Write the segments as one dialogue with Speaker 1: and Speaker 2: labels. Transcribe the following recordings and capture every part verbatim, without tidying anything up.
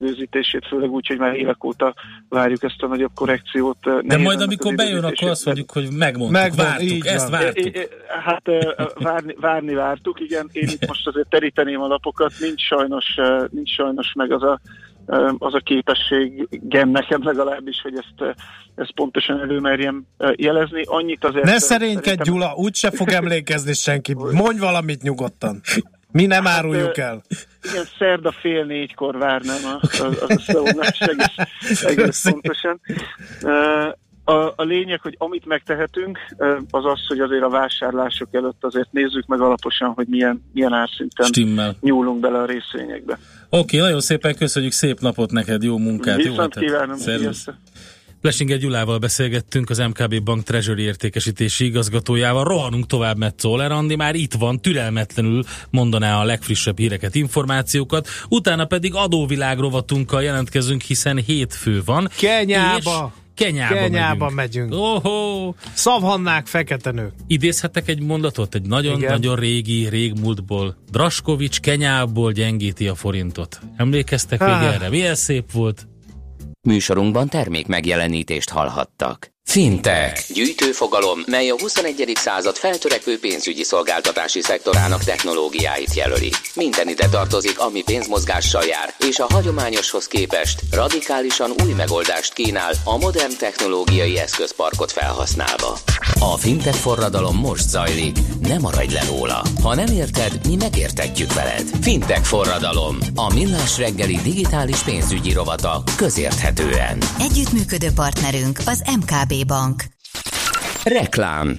Speaker 1: időzítését, főleg úgy, hogy már évek óta várjuk ezt a nagyobb korrekciót.
Speaker 2: De majd amikor bejön, akkor azt mondjuk, hogy megmondtuk, Megmond, vártuk, ezt vártuk.
Speaker 1: Hát várni, várni vártuk, igen. Én itt most azért teríteném a lapokat, nincs sajnos, nincs sajnos meg az a az a képességem nekem legalábbis, hogy ezt, ezt pontosan előmerjem jelezni. Annyit azért...
Speaker 3: Ne szerénykedj, szerintem... Gyula, úgyse fog emlékezni senki. Mondj valamit nyugodtan. Mi nem hát, áruljuk el.
Speaker 1: Igen, szerda fél négykor várnám az, az a szónás egész, egész pontosan. A, a lényeg, hogy amit megtehetünk, az az, hogy azért a vásárlások előtt azért nézzük meg alaposan, hogy milyen, milyen árszinten
Speaker 2: Stimmel.
Speaker 1: Nyúlunk bele a részvényekbe.
Speaker 2: Oké, okay, nagyon szépen köszönjük, szép napot neked, jó munkát.
Speaker 1: Viszont
Speaker 2: jó
Speaker 1: kívánom.
Speaker 2: Plesinger Gyulával beszélgettünk, az em ká bé Bank Treasury értékesítési igazgatójával. Rohanunk tovább, mert Czoller Andi már itt van, türelmetlenül mondaná a legfrissebb híreket, információkat. Utána pedig adóvilág rovatunkkal jelentkezünk, hiszen hétfő van.
Speaker 3: Kenyába!
Speaker 2: Kenyába,
Speaker 3: Kenyába
Speaker 2: megyünk.
Speaker 3: megyünk.
Speaker 2: Oho.
Speaker 3: Szavhannák, fekete nők.
Speaker 2: Idézhetek egy mondatot, egy nagyon-nagyon régi, régmúltból. Draskovics Kenyából gyengíti a forintot. Emlékeztek még ah. erre? Milyen szép volt?
Speaker 4: Műsorunkban termék megjelenítést hallhattak. Fintech. Gyűjtőfogalom, mely a huszonegyedik század feltörekvő pénzügyi szolgáltatási szektorának technológiáit jelöli. Minden ide tartozik, ami pénzmozgással jár, és a hagyományoshoz képest radikálisan új megoldást kínál a modern technológiai eszközparkot felhasználva. A fintech forradalom most zajlik, ne maradj le róla. Ha nem érted, mi megértetjük veled. Fintech forradalom, a Millás reggeli digitális pénzügyi rovata közérthetően.
Speaker 5: Együttműködő partnerünk az em ká bé Bank.
Speaker 4: Reklám.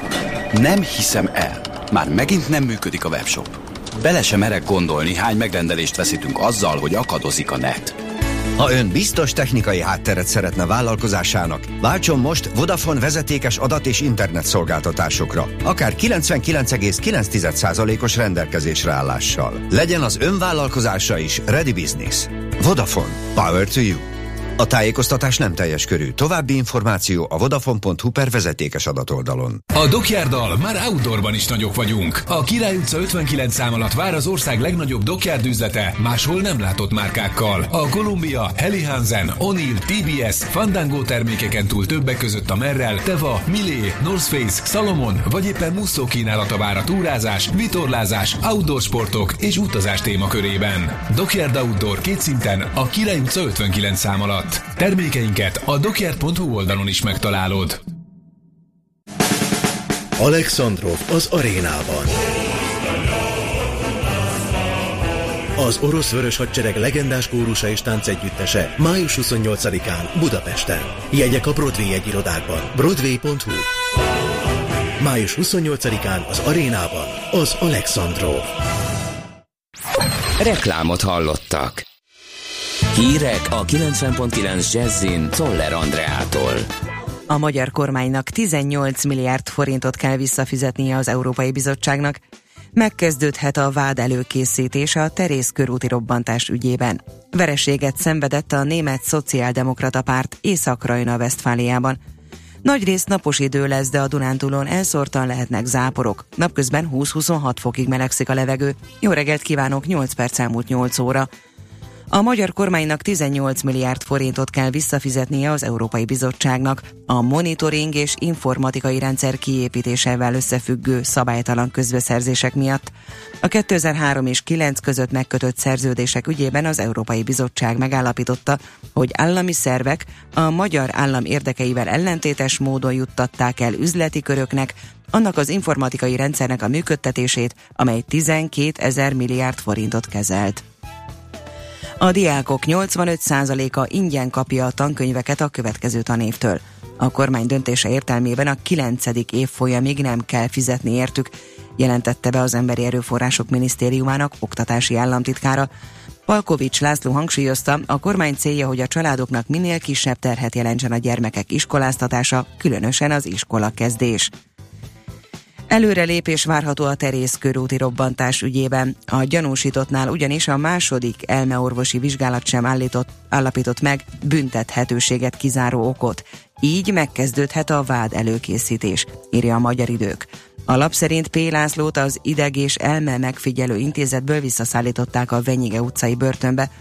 Speaker 6: Nem hiszem el. Már megint nem működik a webshop. Bele sem merek gondolni, hány megrendelést veszítünk azzal, hogy akadozik a net.
Speaker 7: Ha ön biztos technikai hátteret szeretne vállalkozásának, váltson most Vodafone vezetékes adat- és internet szolgáltatásokra, akár kilencvenkilenc egész kilenc százalékos rendelkezésre állással. Legyen az ön vállalkozása is Ready Business. Vodafone. Power to you. A tájékoztatás nem teljes körű. További információ a vodafone pont hu per vezetékes adatoldalon.
Speaker 8: A Dockyarddal már outdoorban is nagyok vagyunk. A Király utca ötvenkilenc szám alatt vár az ország legnagyobb Dockyard üzlete, máshol nem látott márkákkal. A Columbia, Helly Hansen, O'Neill, té bé es, Fandango termékeken túl többek között a Merrell, Teva, Milé, North Face, Salomon vagy éppen Musso kínálata vár a túrázás, vitorlázás, outdoor sportok és utazás témakörében. Dockyard Outdoor két szinten a Király utca ötvenkilenc szám alatt. Termékeinket a dockyard pont hu oldalon is megtalálod.
Speaker 9: Alexandrov az arénában. Az orosz vörös hadsereg legendás kórusa és táncegyüttese május huszonnyolcadikán Budapesten. Jegyek a Broadway egyirodákban. broadway pont hu. május huszonnyolcadikán az arénában az Alexandrov.
Speaker 4: Reklámot hallottak. Hírek a kilencven pont kilenc Jazzin Czoller Andreától.
Speaker 10: A magyar kormánynak tizennyolc milliárd forintot kell visszafizetnie az Európai Bizottságnak. Megkezdődhet a vád előkészítés a Terész körúti robbantás ügyében. Vereséget szenvedett a német szociáldemokrata párt Észak-Rajna-Vesztfáliában. Nagyrészt napos idő lesz, de a Dunántúlon elszórtan lehetnek záporok. Napközben húsz-huszonhat fokig melegszik a levegő. Jó reggelt kívánok, nyolc perc elmúlt nyolc óra. A magyar kormánynak tizennyolc milliárd forintot kell visszafizetnie az Európai Bizottságnak a monitoring és informatikai rendszer kiépítésével összefüggő szabálytalan közbeszerzések miatt. A kétezer-három és kilenc között megkötött szerződések ügyében az Európai Bizottság megállapította, hogy állami szervek a magyar állam érdekeivel ellentétes módon juttatták el üzleti köröknek annak az informatikai rendszernek a működtetését, amely tizenkétezer milliárd forintot kezelt. A diákok nyolcvanöt százaléka ingyen kapja a tankönyveket a következő tanévtől. A kormány döntése értelmében a kilencedik évfolyamig nem kell fizetni értük, jelentette be az Emberi Erőforrások Minisztériumának oktatási államtitkára. Palkovics László hangsúlyozta, a kormány célja, hogy a családoknak minél kisebb terhet jelentsen a gyermekek iskoláztatása, különösen az iskolakezdés. Előrelépés várható a Terész körúti robbantás ügyében. A gyanúsítottnál ugyanis a második elmeorvosi vizsgálat sem állított, állapított meg büntethetőséget kizáró okot. Így megkezdődhet a vád előkészítés, írja a Magyar Idők. A lap szerint P. Lászlót az ideg- és elme megfigyelő intézetből visszaszállították a Venyige utcai börtönbe.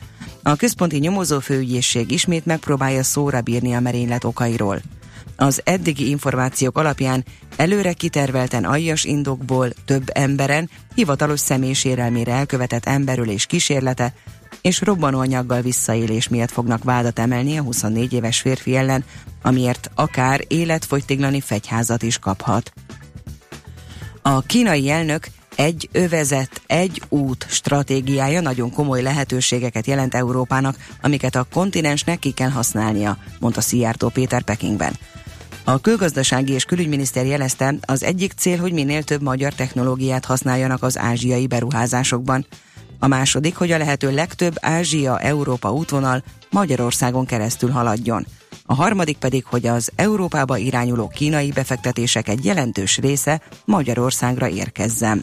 Speaker 10: A központi nyomozófőügyészség ismét megpróbálja szóra bírni a merénylet okairól. Az eddigi információk alapján előre kitervelten aljas indokból több emberen hivatalos személysérelmére elkövetett emberölés kísérlete és robbanóanyaggal visszaélés miatt fognak vádat emelni a huszonnégy éves férfi ellen, amiért akár életfogytiglani fegyházat is kaphat. A kínai elnök egy övezet, egy út stratégiája nagyon komoly lehetőségeket jelent Európának, amiket a kontinensnek ki kell használnia, mondta Szijjártó Péter Pekingben. A külgazdasági és külügyminiszter jelezte, az egyik cél, hogy minél több magyar technológiát használjanak az ázsiai beruházásokban. A második, hogy a lehető legtöbb Ázsia-Európa útvonal Magyarországon keresztül haladjon. A harmadik pedig, hogy az Európába irányuló kínai befektetések egy jelentős része Magyarországra érkezzen.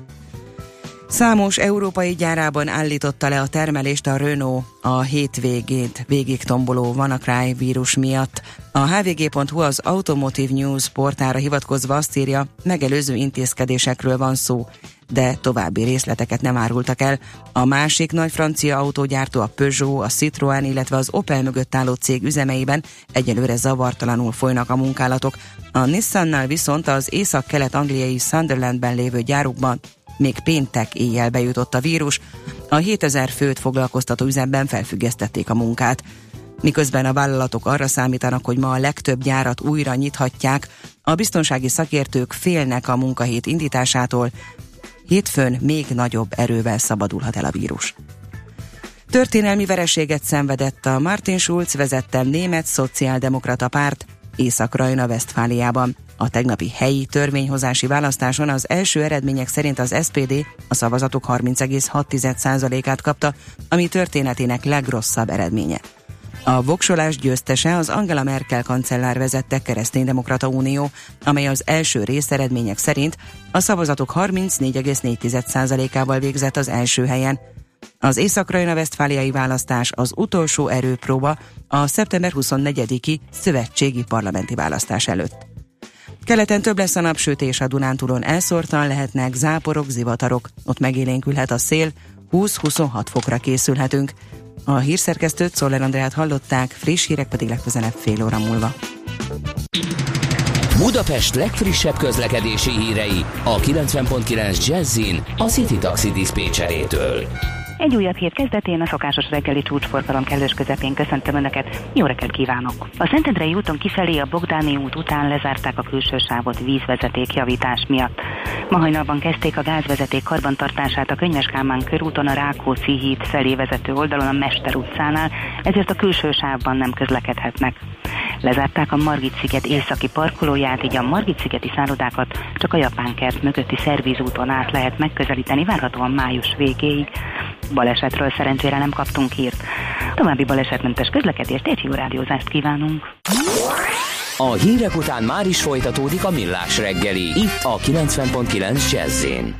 Speaker 10: Számos európai gyárában állította le a termelést a Renault a hétvégét végig tomboló WannaCry vírus miatt. A há vé gé pont hú az Automotive News portára hivatkozva azt írja, megelőző intézkedésekről van szó, de további részleteket nem árultak el. A másik nagy francia autógyártó, a Peugeot, a Citroën, illetve az Opel mögött álló cég üzemeiben egyelőre zavartalanul folynak a munkálatok. A Nissannal viszont az észak-kelet-angliai Sunderlandben lévő gyárukban még péntek éjjel bejutott a vírus, a hétezer főt foglalkoztató üzemben felfüggesztették a munkát. Miközben a vállalatok arra számítanak, hogy ma a legtöbb gyárat újra nyithatják, a biztonsági szakértők félnek a munkahét indításától, hétfőn még nagyobb erővel szabadulhat el a vírus. Történelmi vereséget szenvedett a Martin Schulz vezette német szociáldemokrata párt Észak-Rajna-Vesztfáliában. A tegnapi helyi törvényhozási választáson az első eredmények szerint az es pé dé a szavazatok harminc egész hat százalékát kapta, ami történetének legrosszabb eredménye. A voksolás győztese az Angela Merkel kancellár vezette Kereszténydemokrata Unió, amely az első részeredmények szerint a szavazatok harmincnégy egész négy százalékával végzett az első helyen. Az észak-rajna-vesztfáliai választás az utolsó erőpróba a szeptember huszonnegyediki szövetségi parlamenti választás előtt. Keleten több lesz a napsütés, a Dunántúlon elszórtan lehetnek záporok, zivatarok, ott megélénkülhet a szél, húsz-huszonhat fokra készülhetünk. A hírszerkesztőt, Szoller Andrát hallották, friss hírek pedig legközelebb fél óra múlva.
Speaker 4: Budapest legfrissebb közlekedési hírei a kilencven pont kilenc Jazzin a City Taxi diszpécserétől.
Speaker 11: Egy újabb hét kezdetén a szokásos reggeli csúcsforgalom kellős közepén köszöntöm Önöket, jó reggelt kívánok! A Szentendrei úton kifelé a Bogdáni út után lezárták a külső sávot vízvezeték javítás miatt. Ma hajnalban kezdték a gázvezeték karbantartását a Könyves Kálmán körúton a Rákóczi híd felé vezető oldalon a Mester utcánál, ezért a külső sávban nem közlekedhetnek. Lezárták a Margit-sziget északi parkolóját, így a Margit-szigeti szállodákat csak a Japánkert mögötti szervízúton át lehet megközelíteni, várhatóan május végéig. Balesetről szerencsére nem kaptunk hírt. További balesetmentes közlekedést, egy jó rádiózást kívánunk!
Speaker 4: A hírek után már is folytatódik a Millás reggeli, itt a kilencven pont kilenc Jazz-én.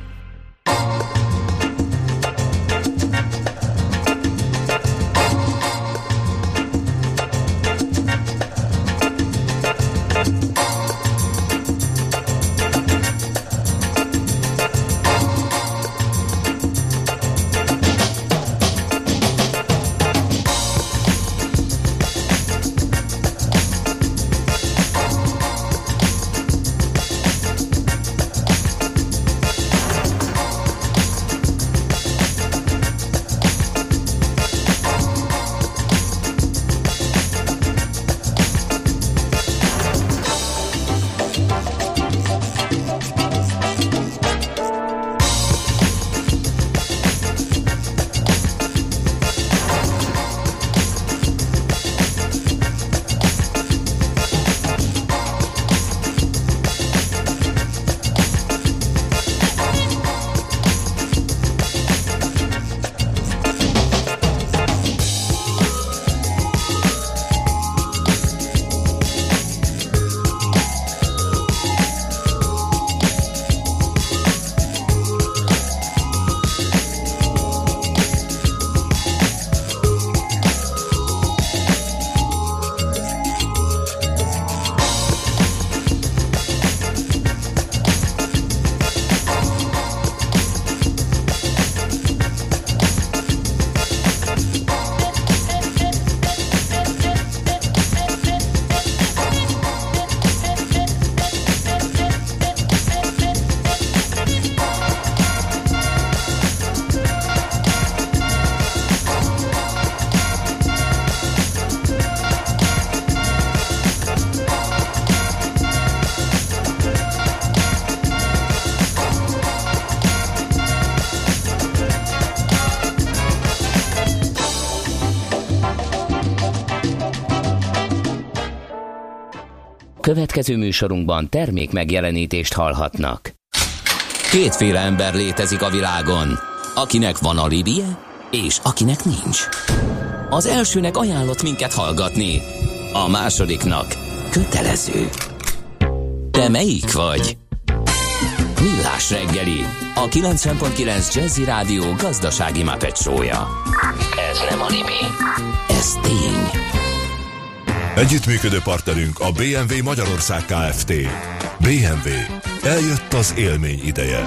Speaker 4: következő műsorunkban termék megjelenítést hallhatnak. Kétféle ember létezik a világon, akinek van alibije, és akinek nincs. Az elsőnek ajánlott minket hallgatni, a másodiknak kötelező. Te melyik vagy? Millás reggeli, a kilencven pont kilenc Jazzy Rádió gazdasági Muppet show-ja. Ez nem anime, ez tény.
Speaker 12: Együttműködő partnerünk a bé em vé Magyarország Kft. bé em vé. Eljött az élmény ideje.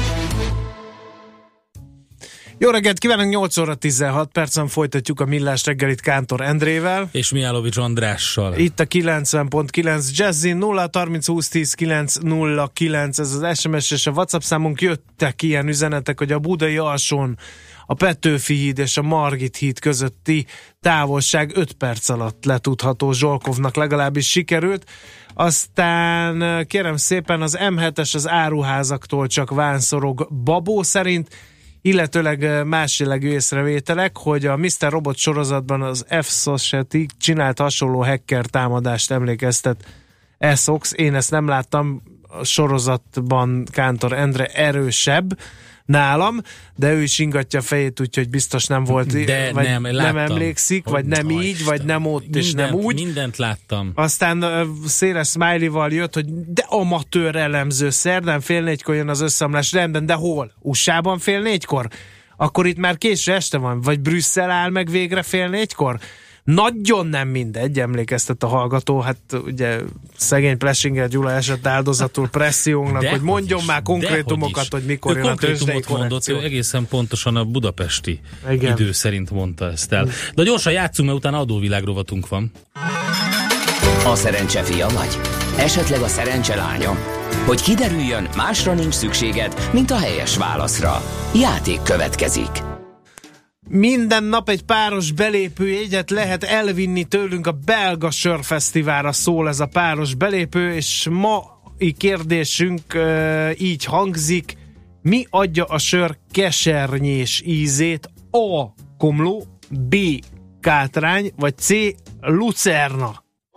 Speaker 3: Jó reggelt kívánunk, nyolc óra tizenhat percen folytatjuk a Millás reggelit Kántor Endrével.
Speaker 2: És Mihálovics Andrással.
Speaker 3: Itt a kilencven pont kilenc Jazzy, nulla harminc húsz tíz kilenc nulla kilenc, ez az es em es és a WhatsApp számunk. Jöttek ilyen üzenetek, hogy a Budai Alsón a Petőfi híd és a Margit híd közötti távolság öt perc alatt letudható. Zsolkovnak legalábbis sikerült. Aztán kérem szépen az em hetes az áruházaktól csak vánszorog Babó szerint, illetőleg más jellegű észrevételek, hogy a miszter Robot sorozatban az F-Society csinált hasonló hacker támadást, emlékeztet Essox. Én ezt nem láttam, a sorozatban Kántor Endre erősebb nálam, de ő is ingatja a fejét, úgyhogy biztos nem volt,
Speaker 2: de
Speaker 3: vagy
Speaker 2: nem,
Speaker 3: nem emlékszik, vagy nem így, Isten. Vagy nem ott, mindent, és nem úgy.
Speaker 2: Mindent láttam.
Speaker 3: Aztán uh, széles smiley-val jött, hogy de amatőr elemző, szerdán fél négykor jön az összeomlás, rendben, de hol? u es á-ban fél négykor? Akkor itt már késő este van, vagy Brüsszel áll meg végre fél négykor? Nagyon nem mindegy, emlékeztet a hallgató, hát ugye szegény Plessinger Gyula esett áldozatul pressziónknak, de hogy mondjon is, már konkrétumokat, hogy mikor jön a tőzsdei korrekció.
Speaker 2: Ő egészen pontosan a budapesti Igen. idő szerint mondta ezt el. De gyorsan játszunk, mert utána adóvilág rovatunk van.
Speaker 4: A szerencse fia vagy? Esetleg a szerencse lánya? Hogy kiderüljön, másra nincs szükséged, mint a helyes válaszra. Játék következik.
Speaker 3: Minden nap egy páros belépőjegyet lehet elvinni tőlünk a belga sörfesztiválra, szól ez a páros belépő, és mai kérdésünk uh, így hangzik: mi adja a sör kesernyés ízét? A. Komló, B. Kátrány, vagy C. Lucerna?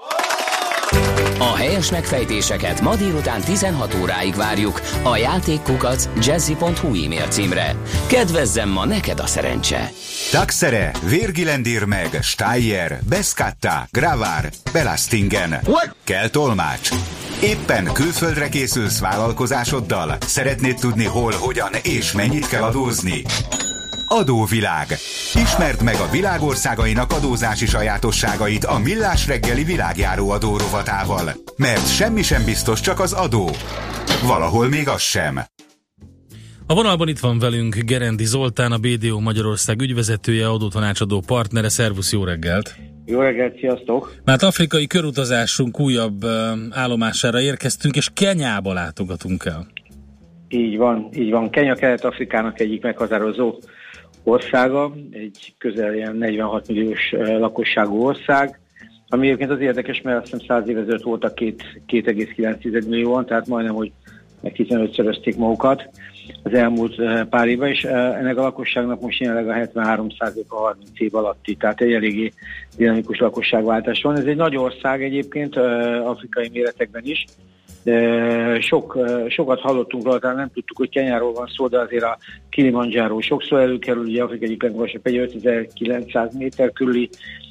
Speaker 4: A helyes megfejtéseket ma délután tizenhat óráig várjuk a játékkukac jazzy pont hu e-mail címre. Kedvezzem ma neked a szerencse!
Speaker 13: Taxere, Virgilendir meg, Steyer, Beskatta, Gravár, Belastingen. Kell tolmács? Éppen külföldre készülsz vállalkozásoddal? Szeretnéd tudni hol, hogyan és mennyit kell adózni? Adóvilág. Ismerd meg a világországainak adózási sajátosságait a Millás reggeli világjáró adó rovatával. Mert semmi sem biztos, csak az adó. Valahol még az sem.
Speaker 2: A vonalban itt van velünk Gerendi Zoltán, a bé dé o Magyarország ügyvezetője, adótanácsadó partnere. Szervusz, jó reggelt!
Speaker 14: Jó reggelt, sziasztok!
Speaker 2: Hát afrikai körutazásunk újabb uh, állomására érkeztünk, és Kenyába látogatunk el.
Speaker 14: Így van, így van. Kenya Kelet-Afrikának egyik meghatározó országa, egy közel ilyen negyvenhat milliós uh, lakosságú ország, ami egyébként az érdekes, mert azt hiszem száz év ezelőtt voltak két egész kilenc millióan, tehát majdnem, hogy meg tizenötszörözték magukat az elmúlt uh, pár évben, és uh, ennek a lakosságnak most jelenleg a hetvenhárom százaléka harminc év alatti, tehát egy eléggé dinamikus lakosságváltás van. Ez egy nagy ország egyébként, uh, afrikai méretekben is. De sok, sokat hallottunk róla, talán nem tudtuk, hogy Kenyáról van szó, de azért a Kilimanjaro sokszor előkerül, ugye Afrika egyik legmagasabb, egy ötezer-kilencszáz méter körüli,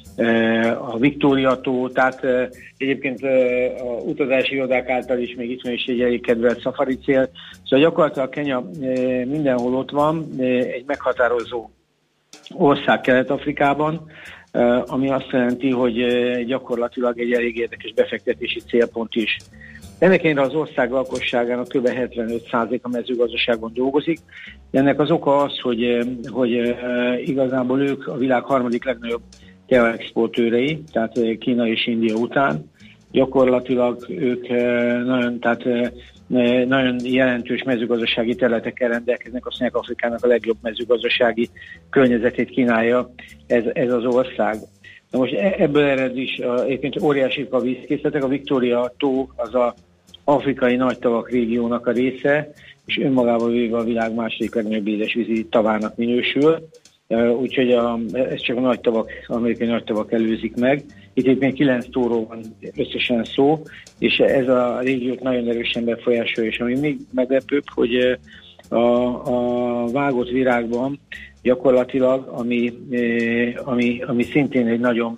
Speaker 14: a Victoria-tó, tehát egyébként a utazási irodák által is még itt is egy elég kedvelt szafari cél. Szóval gyakorlatilag Kenya mindenhol ott van, egy meghatározó ország Kelet-Afrikában, ami azt jelenti, hogy gyakorlatilag egy elég érdekes befektetési célpont is. Ennek ellenére az ország lakosságának kb. hetvenöt százaléka mezőgazdaságban dolgozik. Ennek az oka az, hogy, hogy igazából ők a világ harmadik legnagyobb teaexportőrei, tehát Kína és India után. Gyakorlatilag ők nagyon, tehát nagyon jelentős mezőgazdasági területekkel rendelkeznek, azt mondják, Afrikának a legjobb mezőgazdasági környezetét kínálja ez, ez az ország. Na most ebből ered is egyébként óriási a vízkészletek, a Victoria-tó az a afrikai nagytavak régiónak a része, és önmagában véve a világ második legnagyobb édesvízi tavának minősül. úgyhogy a, ez csak a nagy tavak, amerikai nagy tavak előzik meg. Itt éppen kilenc tóról van összesen szó, és ez a régiót nagyon erősen befolyásolja, és ami még meglepőbb, hogy a, a vágott virágban gyakorlatilag, ami, ami, ami szintén egy nagyon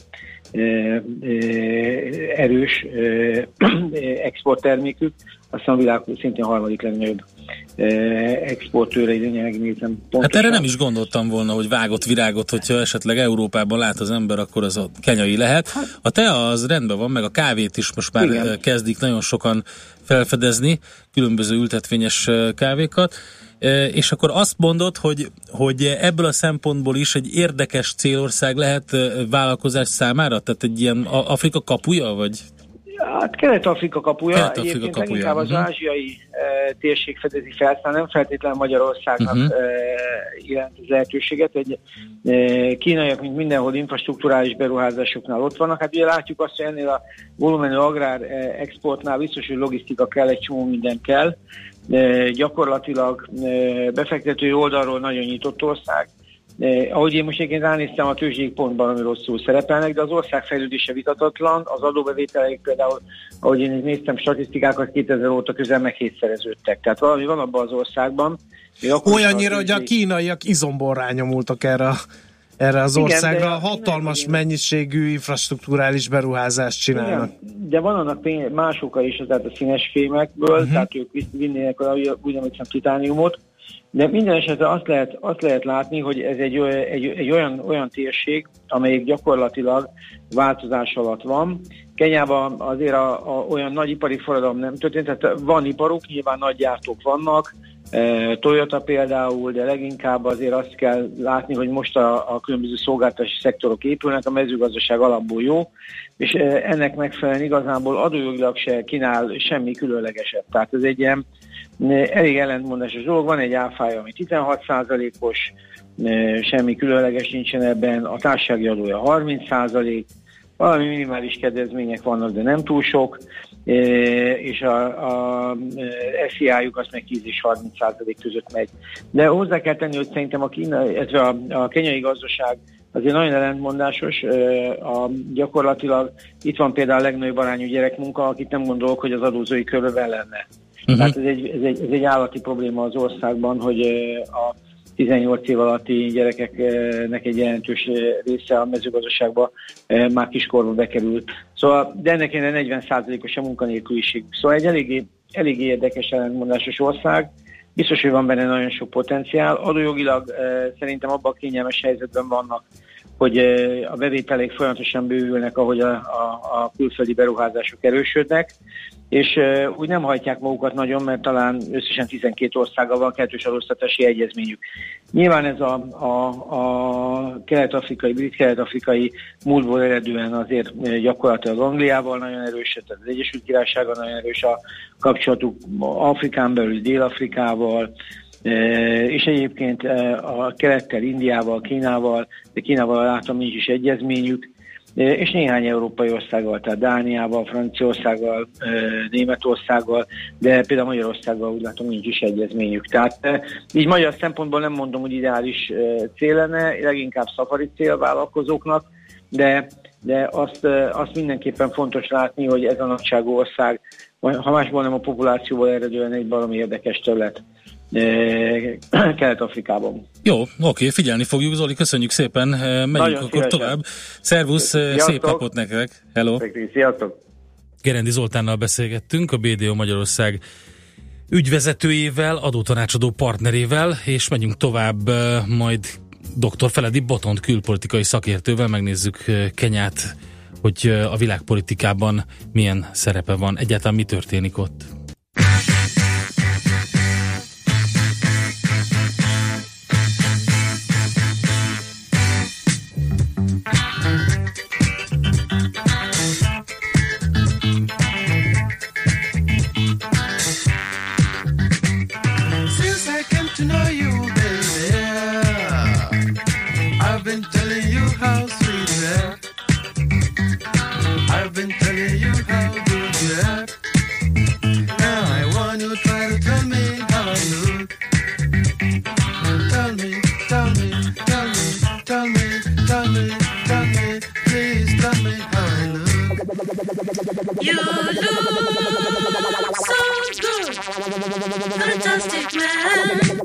Speaker 14: erős exporttermékük, aztán a világ szintén a harmadik legnagyobb exportőre, így megnézem pontosan.
Speaker 2: Hát erre nem is gondoltam volna, hogy vágott virágot, hogyha esetleg Európában lát az ember, akkor az a kenyai lehet. A tea az rendben van, meg a kávét is most már igen. kezdik nagyon sokan felfedezni, különböző ültetvényes kávékat. És akkor azt mondod, hogy, hogy ebből a szempontból is egy érdekes célország lehet vállalkozás számára? Tehát egy ilyen Afrika kapuja, vagy?
Speaker 14: Hát Kelet-Afrika kapuja,
Speaker 2: Kelet-Afrika
Speaker 14: egyébként
Speaker 2: kapuja.
Speaker 14: leginkább az uh-huh. ázsiai e, térség fedezi fel, aztán nem feltétlenül Magyarországnak uh-huh. e, jelent az lehetőséget. Egy, e, kínaiak, mint mindenhol infrastrukturális beruházásoknál ott vannak. Hát ugye látjuk azt, hogy ennél a volumenű agrár e, exportnál biztos, hogy logisztika kell, egy csomó minden kell. E, gyakorlatilag e, befektetői oldalról nagyon nyitott ország. Eh, ahogy én most egyébként ránéztem, a tőzsdék pontban, ami rosszul szerepelnek, de az ország fejlődése vitathatlan, az adóbevételeik például, ahogy én néztem statisztikákat, kétezer óta közel meg hétszereződtek. Tehát valami van abban az országban.
Speaker 3: Olyannyira, hogy a kínaiak izomból rányomultak erre, erre az országra, igen, hatalmas igen. mennyiségű infrastrukturális beruházást csinálnak. Igen,
Speaker 14: de van annak más oka is, tehát a színes fémekből, uh-huh. tehát ők vinnének ugyanúgy titániumot. De minden esetre azt lehet, azt lehet látni, hogy ez egy, egy, egy olyan, olyan térség, amelyik gyakorlatilag változás alatt van. Kenyában azért a, a, olyan nagy ipari forradalom nem történt, tehát van iparok, nyilván nagy gyártók vannak, e, Toyota például, de leginkább azért azt kell látni, hogy most a, a különböző szolgáltatási szektorok épülnek, a mezőgazdaság alapból jó, és e, ennek megfelelően igazából adójogilag se kínál semmi különlegeset. Tehát ez egy ilyen elég ellentmondásos dolog, van egy áfája, ami tizenhat százalékos, semmi különleges nincsen ebben, a társasági adója harminc százalék, valami minimális kedvezmények vannak, de nem túl sok, és a, a es i á-juk azt meg tíz és harminc százalék között megy. De hozzá kell tenni, hogy szerintem a, Kína, a, a kenyai gazdaság azért nagyon ellentmondásos, a, gyakorlatilag itt van például a legnagyobb arányú gyerekmunka, akit nem gondolok, hogy az adózói körben lenne. Uh-huh. Tehát ez egy, ez, egy, ez egy állati probléma az országban, hogy a tizennyolc év alatti gyerekeknek egy jelentős része a mezőgazdaságban már kiskorban bekerült. Szóval, de ennek ennek negyven százalékos a munkanélküliség. Szóval egy eléggé, eléggé érdekes ellentmondásos ország. Biztos, hogy van benne nagyon sok potenciál. Adójogilag szerintem abban a kényelmes helyzetben vannak, hogy a bevételek folyamatosan bővülnek, ahogy a, a, a külföldi beruházások erősödnek, és uh, úgy nem hajtják magukat nagyon, mert talán összesen tizenkét országgal van kettős adóztatási egyezményük. Nyilván ez a, a, a kelet-afrikai, brit-kelet-afrikai múltból eredően azért gyakorlatilag Angliával nagyon erős, tehát az Egyesült Királysággal nagyon erős a kapcsolatuk, Afrikán belül Dél-Afrikával, és egyébként a kelettel, Indiával, Kínával, de Kínával látom nincs is egyezményük, és néhány európai országgal, tehát Dániával, Franciaországgal, Németországgal, de például Magyarországgal úgy látom nincs is egyezményük. Tehát így magyar szempontból nem mondom, hogy ideális cél lenne, leginkább szafari cél vállalkozóknak, de, de azt, azt mindenképpen fontos látni, hogy ez a nagyságú ország, ha másból nem a populációból eredően egy valami érdekes terület Kelet-Afrikában.
Speaker 2: Jó, oké, figyelni fogjuk. Zoli, köszönjük szépen, megyünk nagyon akkor szívesen. Tovább. Szervusz, Sziasztok. Szép napot nektek. Hello.
Speaker 14: Sziasztok.
Speaker 2: Gerendi Zoltánnal beszélgettünk, a bé dé o Magyarország ügyvezetőjével, adótanácsadó partnerével, és megyünk tovább majd dr. Feledi Botont külpolitikai szakértővel, megnézzük Kenyát, hogy a világpolitikában milyen szerepe van, egyáltalán mi történik ott.
Speaker 15: You look so good, fantastic man.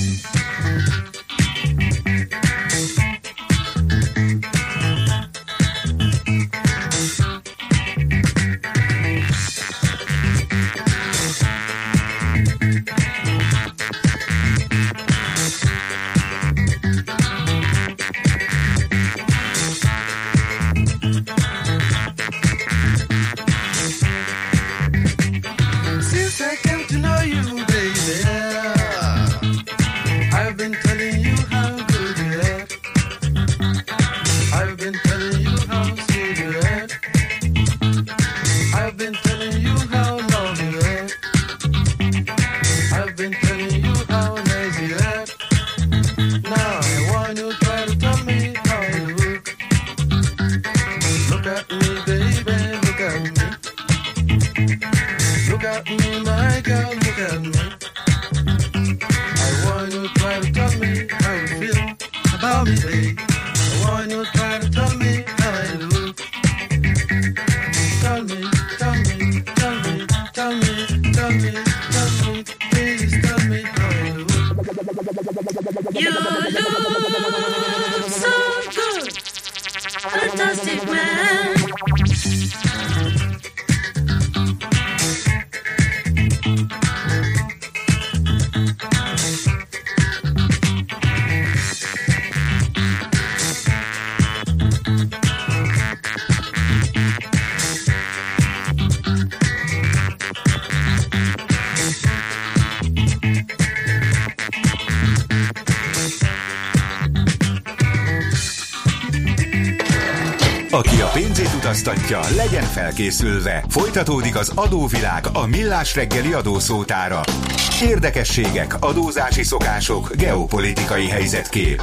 Speaker 13: Aki a pénzét utaztatja, legyen felkészülve. Folytatódik az adóvilág a Millás reggeli adószótára. Érdekességek, adózási szokások, geopolitikai helyzetkép.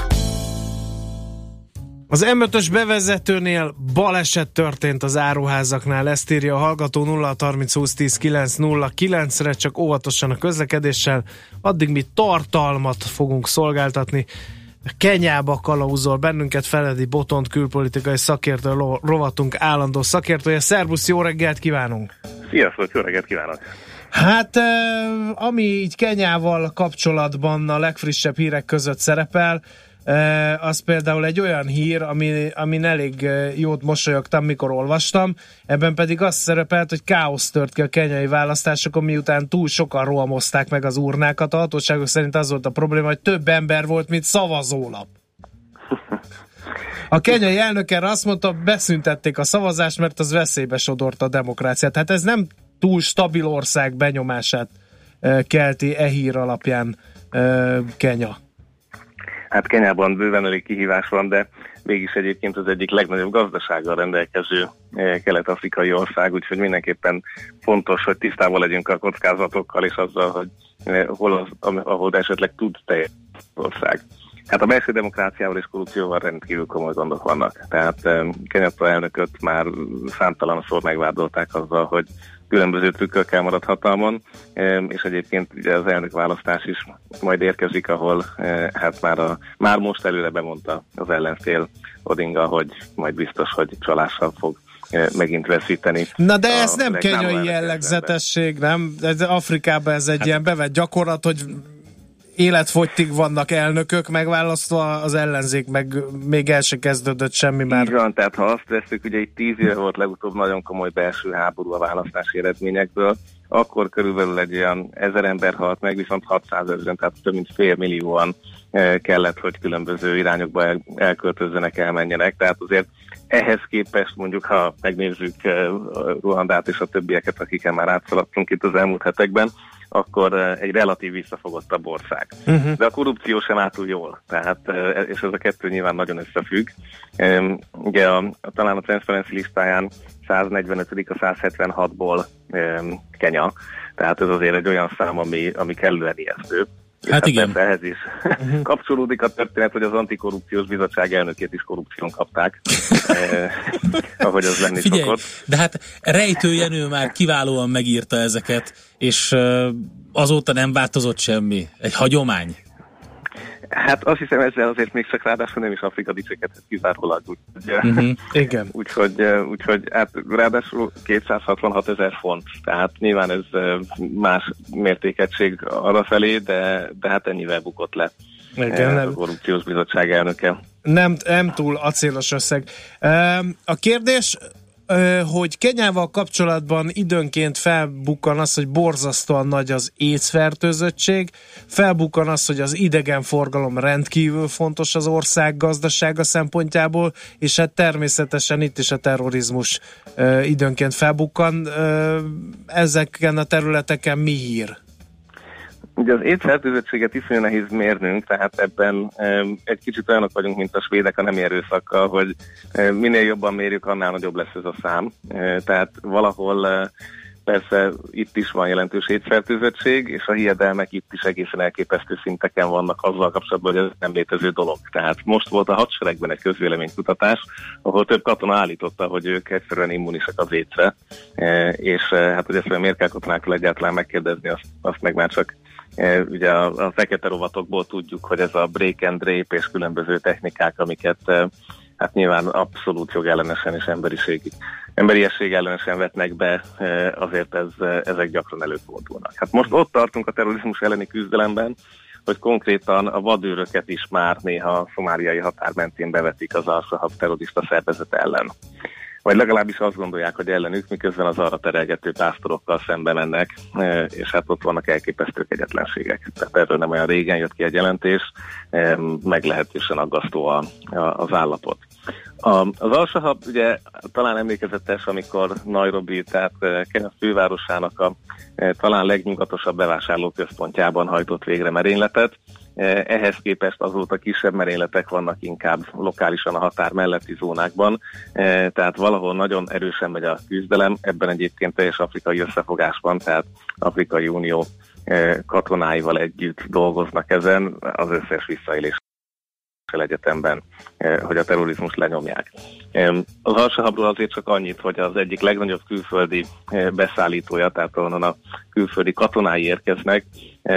Speaker 3: Az em ötös bevezetőnél baleset történt az áruházaknál, ezt írja a hallgató. Nulla harminc húsz tíz kilenc nulla kilencre, csak óvatosan a közlekedéssel, addig mi tartalmat fogunk szolgáltatni. Kenyába kalauzol bennünket Feledi Botont, külpolitikai szakértő, rovatunk állandó szakértője. Szervusz, jó reggelt kívánunk!
Speaker 16: Sziasztok, jó reggelt kívánok!
Speaker 3: Hát, ami így Kenyával kapcsolatban a legfrissebb hírek között szerepel, az például egy olyan hír, ami, amin elég jót mosolyogtam, mikor olvastam. Ebben pedig az szerepelt, hogy káosz tört ki a kenyai választásokon, miután túl sokan rohamozták meg az urnákat. A hatóságok szerint az volt a probléma, hogy több ember volt, mint szavazólap. A kenyai elnök erre azt mondta, beszüntették a szavazást, mert az veszélybe sodorta a demokráciát. Hát ez nem túl stabil ország benyomását kelti e hír alapján Kenya.
Speaker 16: Hát Kenyában bőven elég kihívás van, de mégis egyébként az egyik legnagyobb gazdasággal rendelkező kelet-afrikai ország, úgyhogy mindenképpen fontos, hogy tisztában legyünk a kockázatokkal és azzal, hogy hol az, ahol esetleg tud teljesíteni az ország. Hát a belső demokráciával és korrupcióval rendkívül komoly gondok vannak. Tehát Kenyatta elnököt már számtalanszor megvádolták azzal, hogy különböző trükkökkel marad hatalmon, és egyébként ugye az elnökválasztás is majd érkezik, ahol hát már, a, már most előre bemondta az ellenfél Odinga, hogy majd biztos, hogy csalással fog megint veszíteni.
Speaker 3: Na de ez nem kenyai jellegzetesség, nem? Ez Afrikában ez egy hát, ilyen bevett gyakorlat, hogy életfogytig vannak elnökök megválasztva, az ellenzék meg még el se kezdődött semmi már.
Speaker 16: Így van, tehát ha azt veszük, ugye itt tíz éve volt legutóbb nagyon komoly belső háború a választási eredményekből, akkor körülbelül egy olyan ezer ember halt meg, viszont hatszázezren, tehát több mint fél millióan kellett, hogy különböző irányokba el, elköltözzenek, elmenjenek, tehát azért ehhez képest mondjuk, ha megnézzük Ruandát és a többieket, akikkel már átszaladtunk itt az elmúlt hetekben, akkor egy relatív visszafogottabb ország. Uh-huh. De a korrupció sem áll túl jól, tehát, és ez a kettő nyilván nagyon összefügg. Ugye a, a, talán a Transparency listáján száznegyvenötödik a százhetvenhatból Kenya, tehát ez azért egy olyan szám, ami, ami kellően ijesztő.
Speaker 2: Hát, hát igen.
Speaker 16: Ehhez is uh-huh. kapcsolódik a történet, hogy az Antikorrupciós Bizottság elnökét is korrupción kapták, eh, ahogy az lenni
Speaker 2: Figyelj,
Speaker 16: szokott.
Speaker 2: De hát Rejtő Jenő már kiválóan megírta ezeket, és uh, azóta nem változott semmi. Egy hagyomány.
Speaker 16: Hát azt hiszem ezzel azért még csak ráadásul nem is Afrika dicsékedhet kizárólag. Úgyhogy,
Speaker 3: uh-huh. Igen.
Speaker 16: úgyhogy, úgyhogy hát ráadásul kétszázhatvanhat ezer font, tehát nyilván ez más mértékegység arrafelé, de, de hát ennyivel bukott le. Igen, a korrupciós bizottság elnöke.
Speaker 3: Nem, nem túl acélos összeg. A kérdés, hogy Kenyával kapcsolatban időnként felbukkan az, hogy borzasztóan nagy az AIDS fertőzöttség, felbukkan az, hogy az idegenforgalom rendkívül fontos az ország gazdasága szempontjából, és hát természetesen itt is a terrorizmus időnként felbukkan. Ezeken a területeken mi hír?
Speaker 16: Ugye az AIDS-fertőzöttséget iszonyú nehéz mérnünk, tehát ebben um, egy kicsit olyanok vagyunk, mint a svédek a nemi erőszakkal, hogy um, minél jobban mérjük, annál nagyobb lesz ez a szám. Uh, tehát valahol uh, persze itt is van jelentős AIDS-fertőzöttség, és a hiedelmek itt is egészen elképesztő szinteken vannak azzal kapcsolatban, hogy ez nem létező dolog. Tehát most volt a hadseregben egy közvéleménykutatás, ahol több katona állította, hogy ők egyszerűen immunisak az AIDS-re, uh, és uh, hát hogy ezt miért kell katonáktól egyáltalán megkérdezni, azt, azt meg már csak E, ugye a, a fekete rovatokból tudjuk, hogy ez a break and rape és különböző technikák, amiket e, hát nyilván abszolút jogellenesen és emberiség, emberiesség ellenesen vetnek be, e, azért ez, ezek gyakran előfordulnak. Hát most ott tartunk a terrorizmus elleni küzdelemben, hogy konkrétan a vadőröket is már néha a szomáliai határ mentén bevetik az al-Shabaab terrorista szervezet ellen. Vagy legalábbis azt gondolják, hogy ellenük, miközben az arra terelgető pásztorokkal szembe mennek, és hát ott vannak elképesztő kegyetlenségek. Tehát erről nem olyan régen jött ki egy jelentés, meglehetősen aggasztó a, a, az állapot. A, az al-Shabaab ugye talán emlékezetes, amikor Nairobi, tehát Kenya fővárosának a talán legnyugatosabb bevásárlóközpontjában hajtott végre merényletet. Ehhez képest azóta kisebb merényletek vannak inkább lokálisan a határ melletti zónákban, tehát valahol nagyon erősen megy a küzdelem, ebben egyébként teljes afrikai összefogásban, tehát Afrikai Unió katonáival együtt dolgoznak ezen, az összes visszaélés egyetemben, hogy a terrorizmust lenyomják. Az al-Shabaabról azért csak annyit, hogy az egyik legnagyobb külföldi beszállítója, tehát onnan a külföldi katonái érkeznek,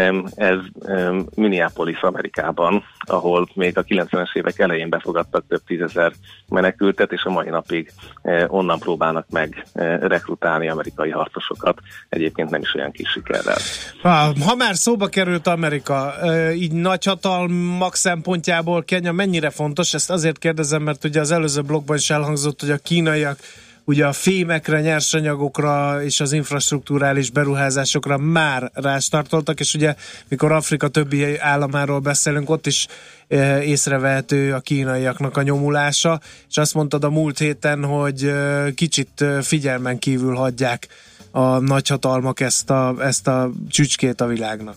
Speaker 16: ez Minneapolis, Amerikában, ahol még a kilencvenes évek elején befogadtak több tízezer menekültet, és a mai napig onnan próbálnak meg rekrutálni amerikai harcosokat, egyébként nem is olyan kis sikerrel.
Speaker 3: Ha már szóba került Amerika, így nagyhatalmak szempontjából Kenya mennyire fontos? Ezt azért kérdezem, mert ugye az előző blogban is elhangzott, hogy a kínaiak ugye a fémekre, nyersanyagokra és az infrastrukturális beruházásokra már rástartoltak, és ugye mikor Afrika többi államáról beszélünk, ott is e, észrevehető a kínaiaknak a nyomulása, és azt mondtad a múlt héten, hogy e, kicsit figyelmen kívül hagyják a nagyhatalmak ezt a, ezt a csücskét a világnak.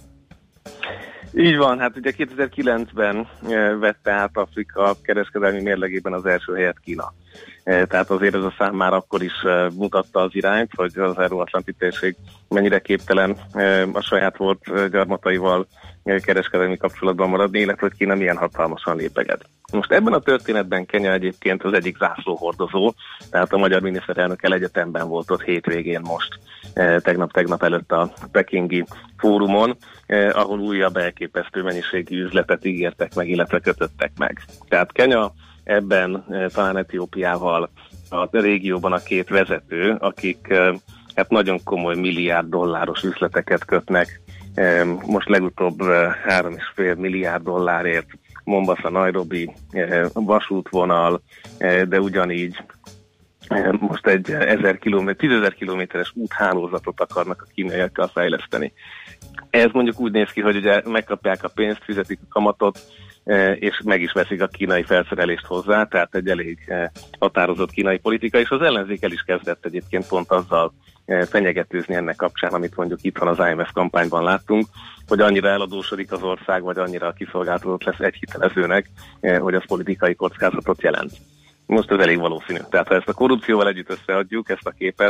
Speaker 16: Így van, hát ugye kétezer-kilencben vette át Afrika kereskedelmi mérlegében az első helyet Kína. Tehát azért ez a szám már akkor is mutatta az irányt, hogy az Euró-Atlanti térség mennyire képtelen a saját volt gyarmataival kereskedelmi kapcsolatban maradni, illetve hogy Kína milyen hatalmasan lépeget. Most ebben a történetben Kenya egyébként az egyik zászlóhordozó, tehát a magyar miniszterelnök egyetemben volt ott hétvégén most, tegnap-tegnap előtt a pekingi fórumon, ahol újabb elképesztő mennyiségű üzletet ígértek meg, illetve kötöttek meg. Tehát Kenya ebben talán Etiópiával a régióban a két vezető, akik hát nagyon komoly milliárd dolláros üzleteket kötnek. Most legutóbb három és fél milliárd dollárért Mombasa-Nairobi vasútvonal, de ugyanígy most egy ezer kilométer, tízezer kilométeres úthálózatot akarnak a kínaiakkal fejleszteni. Ez mondjuk úgy néz ki, hogy ugye megkapják a pénzt, fizetik a kamatot, és meg is veszik a kínai felszerelést hozzá, tehát egy elég határozott kínai politika, és az ellenzék el is kezdett egyébként pont azzal fenyegetőzni ennek kapcsán, amit mondjuk itt van az I M F kampányban láttunk, hogy annyira eladósodik az ország, vagy annyira kiszolgáltatott lesz egy hitelezőnek, hogy az politikai kockázatot jelent. Most ez elég valószínű. Tehát ha ezt a korrupcióval együtt összeadjuk, ezt a képet,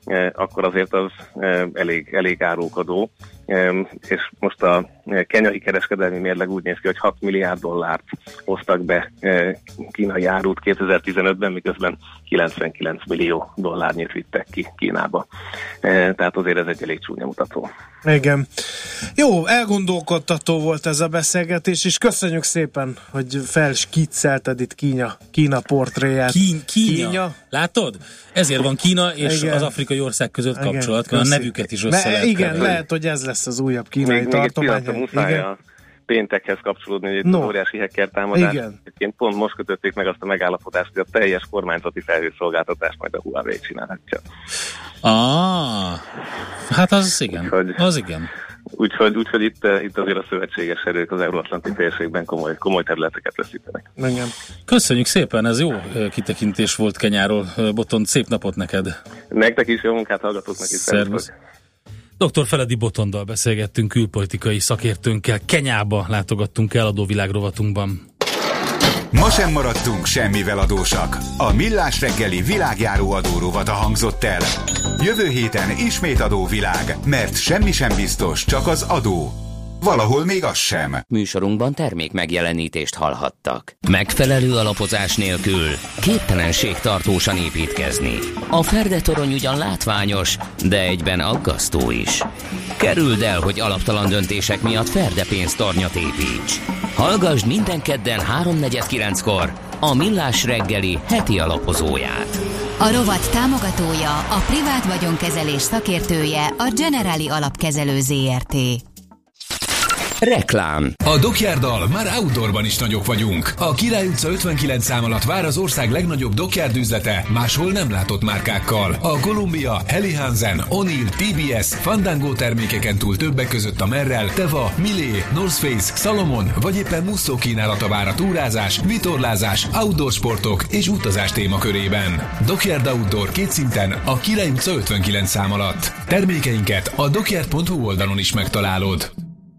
Speaker 16: akkor azért az elég, elég árulkodó. És most a kenyai kereskedelmi mérleg úgy néz ki, hogy hat milliárd dollárt hoztak be kínai árut kétezer-tizenötben, miközben kilencvenkilenc millió dollárnyit vittek ki Kínába. Tehát azért ez egy elég csúnya mutató.
Speaker 3: Igen. Jó, elgondolkodtató volt ez a beszélgetés, és köszönjük szépen, hogy felskiccelted itt Kína, Kína portréját.
Speaker 2: Kín, Kína. Kína. Látod? Ezért van Kína és igen. az afrikai ország között kapcsolat, a nevüket is össze lehet
Speaker 3: Igen,
Speaker 2: keverni.
Speaker 3: lehet, hogy ez lesz az újabb kínai
Speaker 16: még,
Speaker 3: tartomány.
Speaker 16: Még egy muszáj a péntekhez kapcsolódni, hogy egy no. óriási hacker támadás. Egyébként pont most kötötték meg azt a megállapodást, hogy a teljes kormányzati felhőszolgáltatást majd a Huawei csinálhatja.
Speaker 2: Ah, hát az igen.
Speaker 16: Úgyhogy,
Speaker 2: az igen.
Speaker 16: Úgyhogy, úgyhogy itt, itt azért a szövetséges erők az euróatlanti térségben komoly, komoly területeket veszítenek.
Speaker 3: Igen.
Speaker 2: Köszönjük szépen, ez jó kitekintés volt Kenyáról. Botond, szép napot neked!
Speaker 16: Nektek is jó munkát, hallgatóknak is.
Speaker 2: Szervusz! doktor Feledi Botonddal beszélgettünk, külpolitikai szakértőnkkel. Kenyába látogattunk el adóvilágrovatunkban.
Speaker 13: Ma sem maradtunk semmivel adósak. A Millás reggeli világjáró adórovata hangzott el. Jövő héten ismét adóvilág, mert semmi sem biztos, csak az adó. Valahol még az sem.
Speaker 4: Műsorunkban termék megjelenítést hallhattak. Megfelelő alapozás nélkül képtelenség tartósan építkezni. A Ferdetorony ugyan látványos, de egyben aggasztó is. Kerüld el, hogy alaptalan döntések miatt Ferde pénztornyot építs. Hallgassd minden kedden háromnegyed kilenckor a Millás reggeli heti alapozóját.
Speaker 5: A rovat támogatója, a privát vagyonkezelés szakértője, a Generali Alapkezelő zé er té.
Speaker 4: Reklám.
Speaker 8: A Dockyarddal már outdoorban is nagyok vagyunk. A Király utca ötvenkilenc szám alatt vár az ország legnagyobb Dockyard üzlete, máshol nem látott márkákkal. A Columbia, Helly Hansen, O'Neill, té bé es, Fandango termékeken túl többek között a Merrell, Teva, Milé, North Face, Salomon vagy éppen Musso kínálata vár a túrázás, vitorlázás, outdoor sportok és utazás témakörében. Dockyard Outdoor két szinten a Király utca ötvenkilenc szám alatt. Termékeinket a dockyard pont hu oldalon is megtalálod.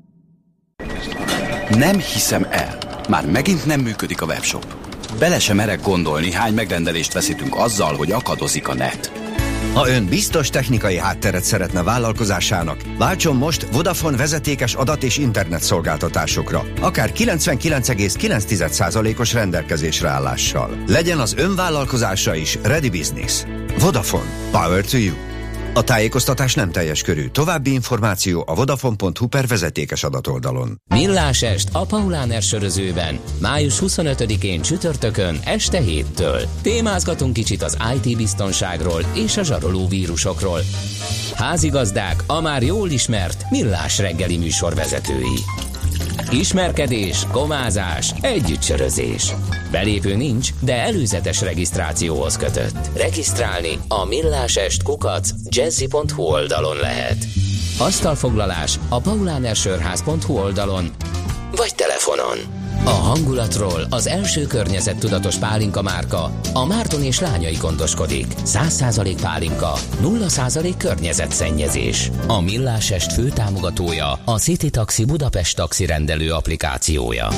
Speaker 6: Nem hiszem el. Már megint nem működik a webshop. Bele sem merek gondolni, hány megrendelést veszítünk azzal, hogy akadozik a net.
Speaker 7: Ha ön biztos technikai hátteret szeretne vállalkozásának, váltson most Vodafone vezetékes adat- és internet szolgáltatásokra, akár kilencvenkilenc egész kilenc százalékos rendelkezésre állással. Legyen az ön vállalkozása is Ready Business. Vodafone. Power to you. A tájékoztatás nem teljes körű. További információ a vodafone pont hu per vezetékes adatoldalon.
Speaker 4: Millás est a Pauláner sörözőben. május huszonötödikén csütörtökön este héttől. Témázgatunk kicsit az í té biztonságról és a zsaroló vírusokról. Házigazdák a már jól ismert Millás reggeli műsorvezetői. Ismerkedés, komázás, együttsörözés. Belépő nincs, de előzetes regisztrációhoz kötött. Regisztrálni a millásest kukac jazzy pont hu oldalon lehet. Asztalfoglalás a paulánersörház pont hu oldalon vagy telefonon. A hangulatról az első környezettudatos pálinka márka, a Márton és lányai gondoskodik. száz százalék pálinka, nulla százalék környezetszennyezés. A Millásest főtámogatója a City Taxi Budapest taxi rendelő applikációja.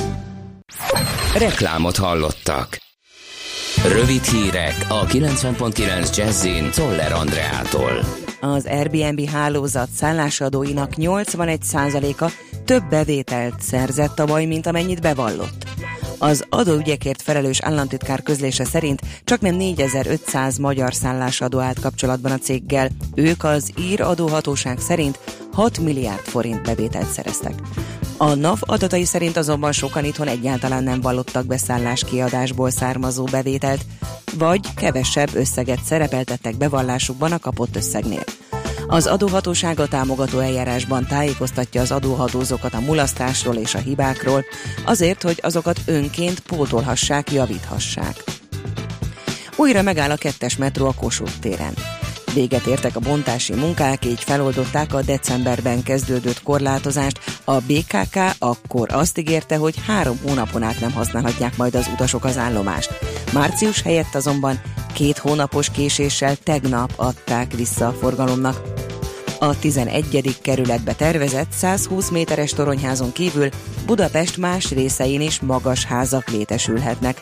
Speaker 4: Reklámot hallottak. Rövid hírek a kilencven pont kilenc Jazzin Czoller Andreától.
Speaker 10: Az Airbnb hálózat szállásadóinak nyolcvanegy százaléka több bevételt szerzett tavaly, mint amennyit bevallott. Az adóügyekért felelős államtitkár közlése szerint csaknem négyezer-ötszáz magyar szállásadó állt kapcsolatban a céggel. Ők az ír adóhatóság szerint hat milliárd forint bevételt szereztek. A NAV adatai szerint azonban sokan itthon egyáltalán nem vallottak be szálláskiadásból származó bevételt, vagy kevesebb összeget szerepeltettek bevallásukban a kapott összegnél. Az adóhatóság a támogató eljárásban tájékoztatja az adóhatózókat a mulasztásról és a hibákról, azért, hogy azokat önként pótolhassák, javíthassák. Újra megáll a kettes metró a Kossuth téren. Véget értek a bontási munkák, így feloldották a decemberben kezdődött korlátozást. A bé ká ká akkor azt ígérte, hogy három hónapon át nem használhatják majd az utasok az állomást. Március helyett azonban két hónapos késéssel tegnap adták vissza a forgalomnak. A tizenegyedik kerületbe tervezett százhúsz méteres toronyházon kívül Budapest más részein is magas házak létesülhetnek.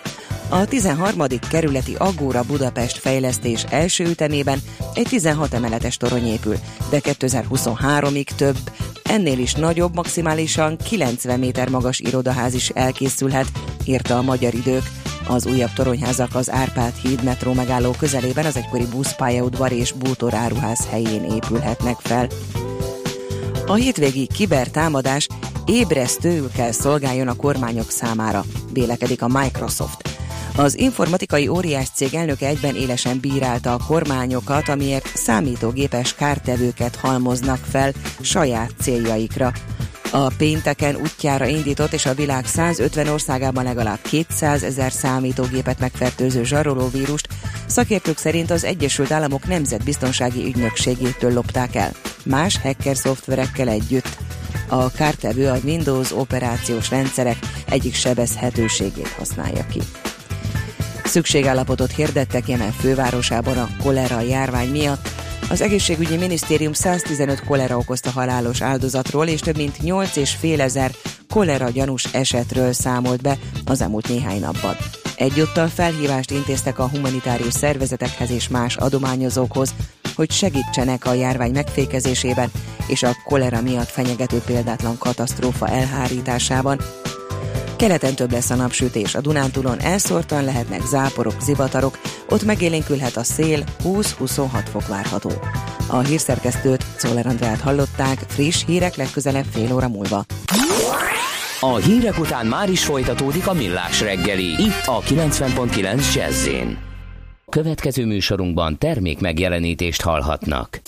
Speaker 10: A tizenharmadik kerületi Agóra Budapest fejlesztés első ütemében egy tizenhat emeletes torony épül, de kétezer-huszonháromig több, ennél is nagyobb, maximálisan kilencven méter magas irodaház is elkészülhet, írta a Magyar Idők. Az újabb toronyházak az Árpád híd metró megálló közelében az egykori buszpályaudvar és bútoráruház helyén épülhetnek fel. A hétvégi kibertámadás ébresztőül kell szolgáljon a kormányok számára, vélekedik a Microsoft. Az informatikai óriás cég elnöke egyben élesen bírálta a kormányokat, amiért számítógépes kártevőket halmoznak fel saját céljaikra. A pénteken útjára indított és a világ százötven országában legalább kétszázezer számítógépet megfertőző zsarolóvírust szakértők szerint az Egyesült Államok Nemzetbiztonsági Ügynökségétől lopták el. Más hacker szoftverekkel együtt. A kártevő a Windows operációs rendszerek egyik sebezhetőségét használja ki. Szükségállapotot hirdettek Jemen fővárosában a kolera járvány miatt. Az egészségügyi minisztérium száztizenöt kolera okozta halálos áldozatról és több mint nyolc és fél ezer kolera gyanús esetről számolt be az elmúlt néhány napban. Egyúttal felhívást intéztek a humanitárius szervezetekhez és más adományozókhoz, hogy segítsenek a járvány megfékezésében és a kolera miatt fenyegető példátlan katasztrófa elhárításában. Keleten több lesz a napsütés, a Dunántúlon elszórtan lehetnek záporok, zivatarok, ott megélénkülhet a szél, húsz-huszonhat fok várható. A hírszerkesztőt, Czoller Andrát hallották, friss hírek legközelebb fél óra múlva.
Speaker 4: A hírek után már is folytatódik a Millás reggeli, itt a kilencven pont kilenc Jazz-in. Következő műsorunkban termék megjelenítést hallhatnak.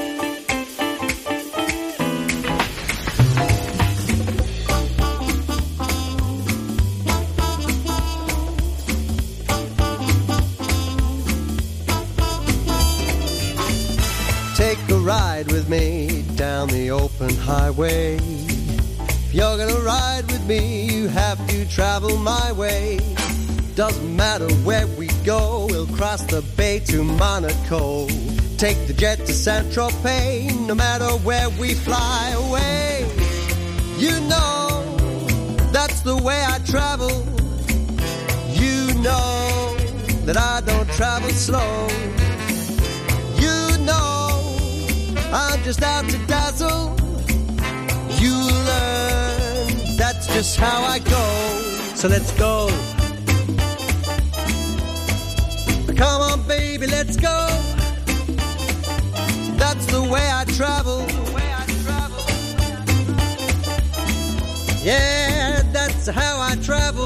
Speaker 17: Take a ride with me down the open highway. If you're gonna ride with me, you have to travel my way. Doesn't matter where we go, we'll cross the bay to Monaco. Take the jet to Saint-Tropez, no matter where we fly away. You know, that's the way I travel. You know that I don't travel slow. You know I'm just out to dazzle. You learn, that's just how I go. So let's go. Come on, baby, let's go. That's the way I travel. Yeah, that's how I travel.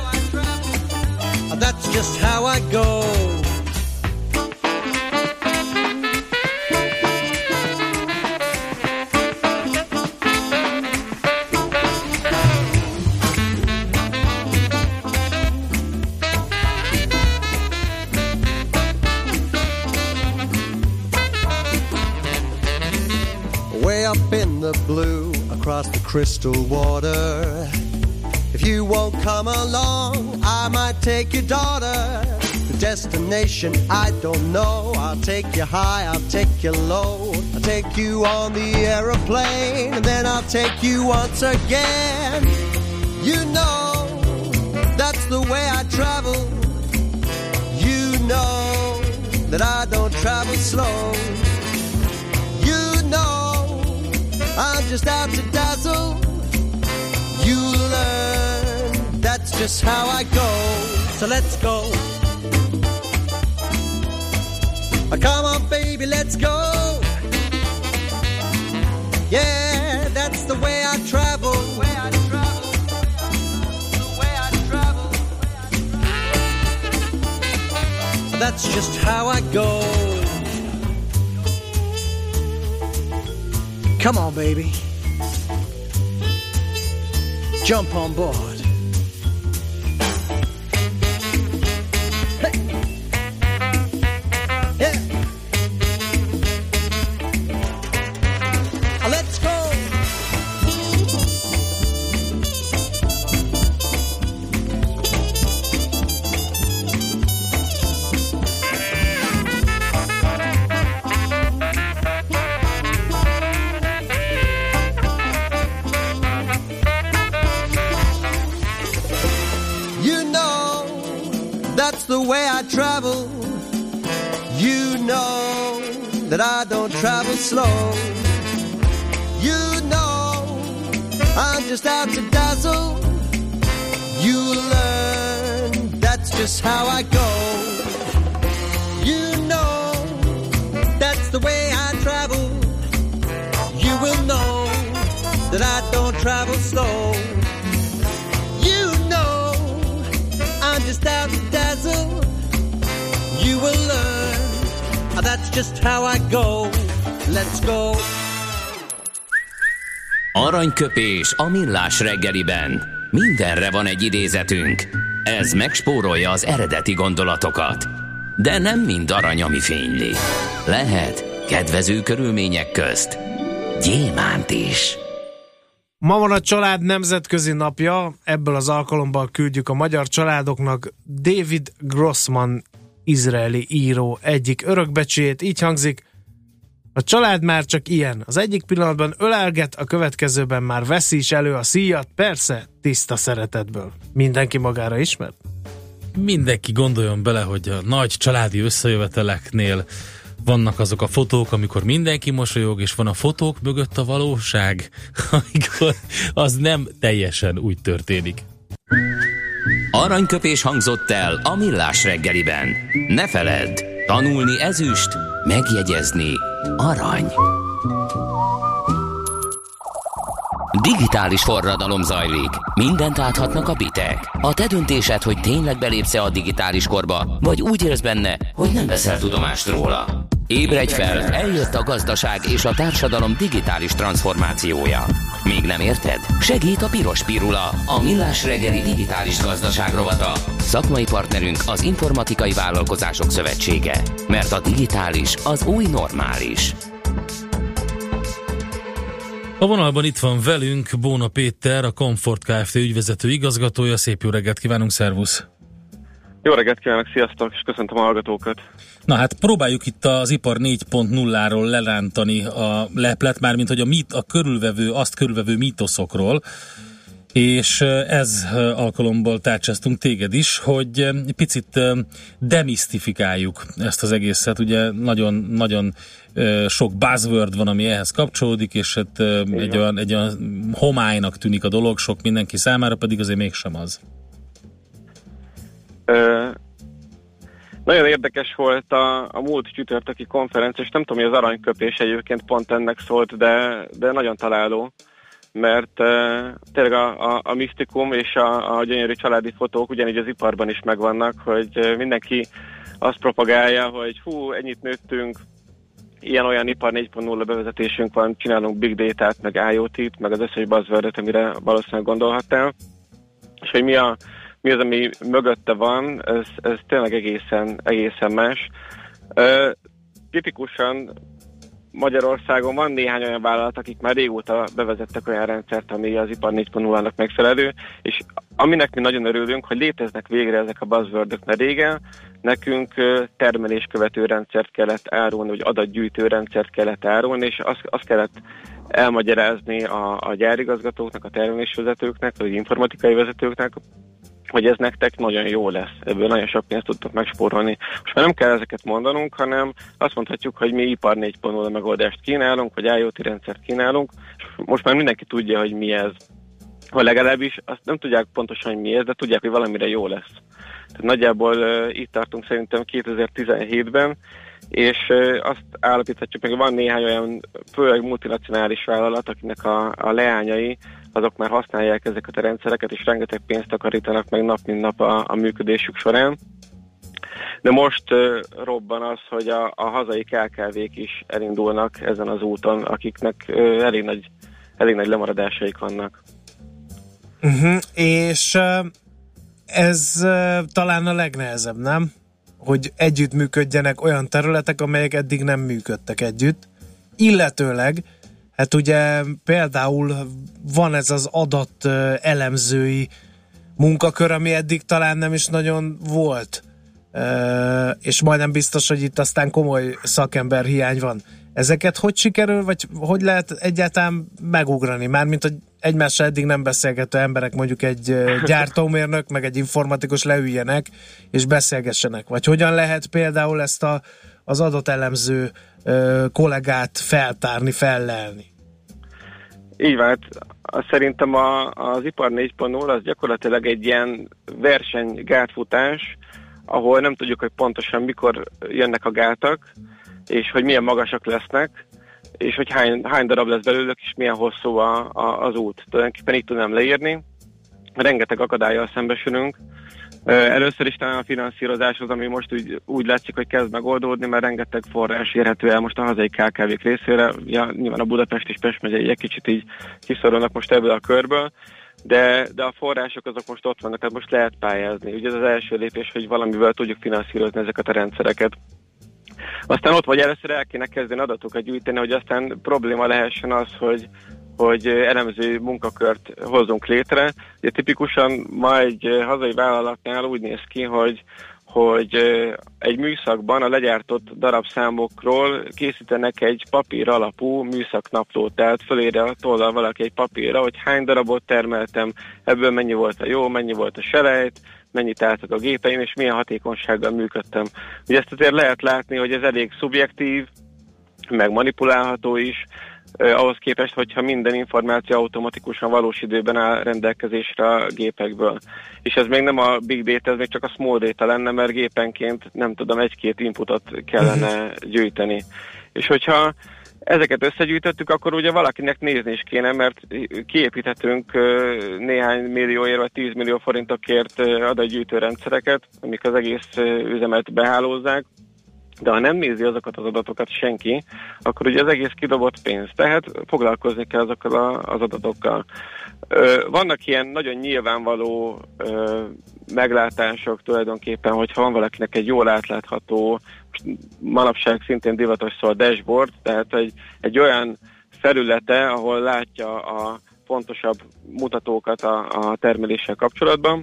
Speaker 17: That's just how I go. Up in the blue, across the crystal water. If you won't come along, I might take your daughter. The destination I don't know. I'll take you high, I'll take you low. I'll take you on the aeroplane, and then I'll take you once again. You know, that's the way I travel. You know that I don't travel slow. I'm just out to dazzle. You learn, that's just how I go. So let's go. Come on, baby, let's go. Yeah, that's the way I travel. The way I travel. The way I travel. That's just how I go. Come on, baby. Jump on board. Hey. Yeah. Let's go. travel, you know that I don't travel slow. You know I'm just out to dazzle. You learn that's just how I go. You know that's the way I travel. You will know that I don't travel slow. You know I'm just out to dazzle. You will learn that's just how I go. Let's go.
Speaker 4: Aranyköpés a millás reggeliben. Mindenre van egy idézetünk. Ez megspórolja az eredeti gondolatokat. De nem mind arany, ami fényli. Lehet kedvező körülmények közt gyémánt is.
Speaker 3: Ma van a család nemzetközi napja, ebből az alkalommal küldjük a magyar családoknak David Grossman izraeli író egyik örökbecsét, így hangzik: a család már csak ilyen. Az egyik pillanatban ölelget, a következőben már veszi is elő a szíjat, persze tiszta szeretetből. Mindenki magára ismer?
Speaker 2: Mindenki gondoljon bele, hogy a nagy családi összejöveteleknél vannak azok a fotók, amikor mindenki mosolyog, és van a fotók mögött a valóság, amikor az nem teljesen úgy történik.
Speaker 4: Aranyköpés hangzott el a millás reggeliben. Ne feledd, tanulni ezüst, megjegyezni arany. Digitális forradalom zajlik. Mindent áthatnak a bitek. A te döntésed, hogy tényleg belépsz-e a digitális korba, vagy úgy érsz benne, hogy nem veszel tudomást róla. Ébredj fel, eljött a gazdaság és a társadalom digitális transformációja. Még nem érted? Segít a Piros Pirula, a millás reggeli digitális gazdaság rovata. Szakmai partnerünk az Informatikai Vállalkozások Szövetsége. Mert a digitális az új normális.
Speaker 2: A vonalban itt van velünk Bóna Péter, a Comfort Kft. Ügyvezető igazgatója. Szép jó reggelt kívánunk, szervusz!
Speaker 16: Jó reggelt kívánok, sziasztok, és köszöntöm a hallgatókat!
Speaker 2: Na hát próbáljuk itt az ipar négy pont nulláról lerántani a leplet, mármint hogy a, mit, a körülvevő, azt körülvevő mítoszokról, és ez alkalomból tárcsáztunk téged is, hogy picit demisztifikáljuk ezt az egészet. Ugye nagyon, nagyon sok buzzword van, ami ehhez kapcsolódik, és hát egy olyan, egy olyan homálynak tűnik a dolog sok mindenki számára, pedig azért mégsem az.
Speaker 16: Ö, nagyon érdekes volt a, a múlt csütörtöki konferencia, és nem tudom, hogy az aranyköpés egyébként pont ennek szólt, de, de nagyon találó, mert uh, tényleg a, a, a misztikum és a, a gyönyörű családi fotók ugyanígy az iparban is megvannak, hogy uh, mindenki azt propagálja, hogy hú, ennyit nőttünk, ilyen-olyan ipar négy pont nulla bevezetésünk van, csinálunk big data-t, meg I O T-t, meg az összes buzzword-et, amire valószínűleg gondolhattál, és hogy mi, a, mi az, ami mögötte van, ez, ez tényleg egészen, egészen más. Uh, tipikusan Magyarországon van néhány olyan vállalat, akik már régóta bevezettek olyan rendszert, ami az ipar négy pont nullának megfelelő, és aminek mi nagyon örülünk, hogy léteznek végre ezek a buzzwordök, mert régen nekünk termeléskövető rendszert kellett árulni, vagy adatgyűjtő rendszert kellett árulni, és azt, azt kellett elmagyarázni a, a gyárigazgatóknak, a termelésvezetőknek, vagy informatikai vezetőknek, hogy ez nektek nagyon jó lesz. Ebből nagyon sok pénzt tudtok megspórolni. Most már nem kell ezeket mondanunk, hanem azt mondhatjuk, hogy mi ipar négy pont nulla megoldást kínálunk, vagy I O T rendszert kínálunk, és most már mindenki tudja, hogy mi ez. Vagy legalábbis azt nem tudják pontosan, hogy mi ez, de tudják, hogy valamire jó lesz. Tehát nagyjából uh, itt tartunk szerintem kétezer-tizenhétben, és uh, azt állapíthatjuk meg, hogy van néhány olyan, főleg multinacionális vállalat, akinek a, a leányai azok már használják ezeket a rendszereket, és rengeteg pénzt takarítanak meg nap mint nap a, a működésük során. De most uh, robban az, hogy a, a hazai K K V-k is elindulnak ezen az úton, akiknek uh, elég, nagy, elég nagy lemaradásaik vannak.
Speaker 3: Uh-huh. És uh, ez uh, talán a legnehezebb, nem? Hogy együttműködjenek olyan területek, amelyek eddig nem működtek együtt. Illetőleg hát ugye például van ez az adat elemzői munkakör, ami eddig talán nem is nagyon volt, és majdnem biztos, hogy itt aztán komoly szakember hiány van. Ezeket hogy sikerül, vagy hogy lehet egyáltalán megugrani? Mármint, hogy egymással eddig nem beszélgető emberek, mondjuk egy gyártómérnök, meg egy informatikus leüljenek, és beszélgessenek. Vagy hogyan lehet például ezt a, az adott elemző ö, kollégát feltárni, fellelni?
Speaker 16: Így van, hát szerintem a, az ipar négy pont null az gyakorlatilag egy ilyen versenygátfutás, ahol nem tudjuk, hogy pontosan mikor jönnek a gátak, és hogy milyen magasak lesznek, és hogy hány, hány darab lesz belőlük, és milyen hosszú a, a, az út. Tulajdonképpen így tudnám leírni. Rengeteg akadályal szembesülünk. Először is talán a finanszírozás az, ami most úgy, úgy látszik, hogy kezd megoldódni, mert rengeteg forrás érhető el most a hazai ká ká vék részére. Ja, nyilván a Budapest és Pest megyei egy kicsit így kiszorulnak most ebből a körből, de, de a források azok most ott vannak, tehát most lehet pályázni. Ugye ez az első lépés, hogy valamivel tudjuk finanszírozni ezeket a rendszereket. Aztán ott vagy először el kéne kezdeni adatokat gyűjteni, hogy aztán probléma lehessen az, hogy, hogy elemző munkakört hozzunk létre. Ugye tipikusan ma egy hazai vállalatnál úgy néz ki, hogy, hogy egy műszakban a legyártott darabszámokról készítenek egy papír alapú műszaknaplót, tehát fölírja tollal valaki egy papírra, hogy hány darabot termeltem, ebből mennyi volt a jó, mennyi volt a selejt, mennyit álltak a gépeim, és milyen hatékonysággal működtem. Ugye ezt azért lehet látni, hogy ez elég szubjektív, meg manipulálható is, eh, ahhoz képest, hogyha minden információ automatikusan valós időben áll rendelkezésre a gépekből. És ez még nem a big data, ez még csak a small data lenne, mert gépenként nem tudom, egy-két inputot kellene gyűjteni. És hogyha ezeket összegyűjtöttük, akkor ugye valakinek nézni is kéne, mert kiépíthetünk néhány millióért vagy tíz millió forintokért adatgyűjtő rendszereket, amik az egész üzemet behálózzák, de ha nem nézi azokat az adatokat senki, akkor ugye az egész kidobott pénz. Tehát foglalkozni kell azokkal az adatokkal. Vannak ilyen nagyon nyilvánvaló meglátások tulajdonképpen, hogyha van valakinek egy jól átlátható, manapság szintén divatos szó a dashboard, tehát egy, egy olyan felülete, ahol látja a fontosabb mutatókat a, a termeléssel kapcsolatban,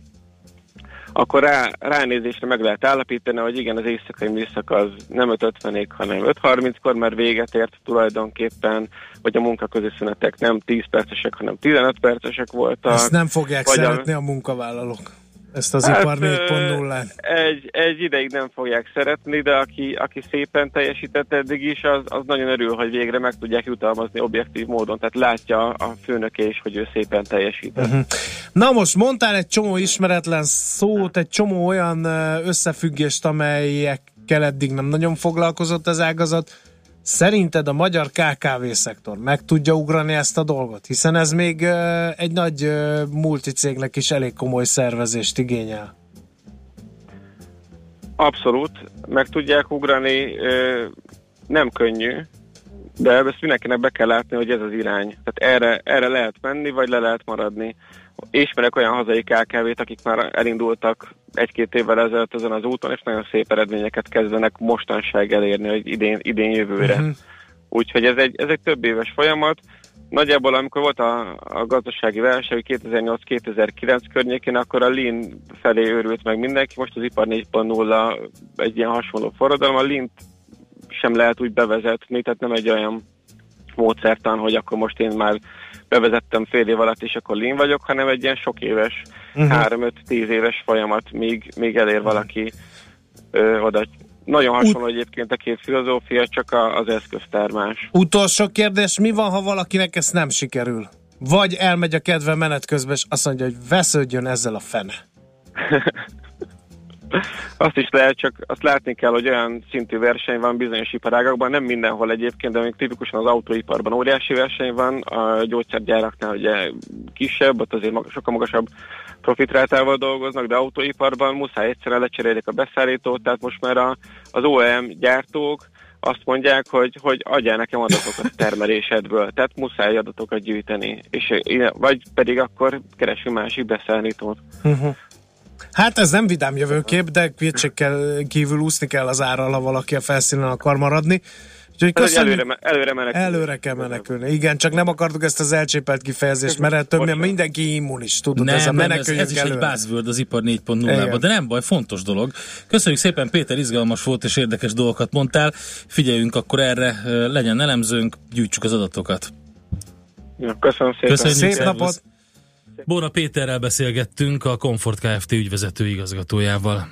Speaker 16: akkor rá, ránézésre meg lehet állapítani, hogy igen, az éjszakai műszak az nem öt ötvenig, hanem öt harminckor már véget ért tulajdonképpen, vagy a munkaközi szünetek nem tíz percesek, hanem tizenöt percesek voltak.
Speaker 3: Ezt nem fogják szeretni a, a munkavállalók. Ezt az hát, ipar négy pont nullán.
Speaker 16: Egy, egy ideig nem fogják szeretni, de aki, aki szépen teljesített eddig is, az, az nagyon örül, hogy végre meg tudják jutalmazni objektív módon, tehát látja a főnöke is, hogy ő szépen teljesített. Uh-huh.
Speaker 3: Na most mondtál egy csomó ismeretlen szót, egy csomó olyan összefüggést, amelyekkel eddig nem nagyon foglalkozott az ágazat. Szerinted a magyar ká ká vé szektor meg tudja ugrani ezt a dolgot? Hiszen ez még uh, egy nagy uh, multicégnek is elég komoly szervezést igényel.
Speaker 16: Abszolút, meg tudják ugrani, uh, nem könnyű, de ezt mindenkinek be kell látni, hogy ez az irány. Tehát erre, erre lehet menni, vagy le lehet maradni. Ismerek olyan hazai ká ká vét, akik már elindultak egy-két évvel ezelőtt ezen az úton, és nagyon szép eredményeket kezdenek mostanság elérni, hogy idén, idén jövőre. Uh-huh. Úgyhogy ez egy, ez egy több éves folyamat. Nagyjából amikor volt a, a gazdasági válság kétezer-nyolc kétezer-kilenc környékén, akkor a Lean felé őrült meg mindenki, most az ipar négy pont nulla egy ilyen hasonló forradalom. A Lean sem lehet úgy bevezetni, tehát nem egy olyan módszertan, hogy akkor most én már bevezettem fél év alatt, és akkor lean vagyok, hanem egy ilyen sok éves, uh-huh. három-öt-tíz éves folyamat, míg, míg elér valaki ö, oda. Nagyon hasonló egyébként a két filozófia, csak a, az eszköztár más.
Speaker 3: Utolsó kérdés, mi van, ha valakinek ez nem sikerül? Vagy elmegy a kedve menet közben, és azt mondja, hogy vesződjön ezzel a fene.
Speaker 16: Azt is lehet, csak azt látni kell, hogy olyan szintű verseny van bizonyos iparágakban, nem mindenhol egyébként, de még tipikusan az autóiparban óriási verseny van, a gyógyszergyáraknál ugye kisebb, ott azért maga, sokkal magasabb profitrátával dolgoznak, de autóiparban muszáj egyszerűen lecserélik a beszállítót, tehát most már a, az o e em gyártók azt mondják, hogy, hogy adjál nekem adatokat a termelésedből, tehát muszáj adatokat gyűjteni, és vagy pedig akkor keresünk másik beszállítót. Uh-huh.
Speaker 3: Hát ez nem vidám jövőkép, de kétségkel kívül úszni kell az árral, ha valaki a felszínen akar maradni. Úgyhogy köszönjük.
Speaker 16: Előre, előre menekülni.
Speaker 3: Előre kell menekülni. Igen, csak nem akartuk ezt az elcsépelt kifejezést, mert több mindenki immunis, tudod,
Speaker 2: nem,
Speaker 3: ez a
Speaker 2: nem,
Speaker 3: meneküljünk
Speaker 2: ez, ez is
Speaker 3: előre.
Speaker 2: egy buzzword az ipar négy pont nullában, de nem baj, fontos dolog. Köszönjük szépen, Péter, izgalmas volt és érdekes dolgokat mondtál. Figyeljünk akkor erre, legyen elemzőnk, gyűjtsük az adatokat.
Speaker 16: Ja, köszönöm szépen.
Speaker 2: Köszönjük,
Speaker 3: szép napot!
Speaker 2: Bóna Péterrel beszélgettünk, a Comfort Kft. Ügyvezető igazgatójával.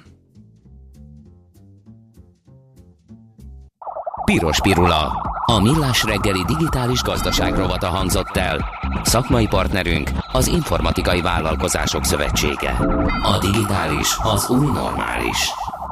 Speaker 4: Piros Pirula. A Millás reggeli digitális gazdaság rovata hangzott el. Szakmai partnerünk az Informatikai Vállalkozások Szövetsége. A digitális az új normális.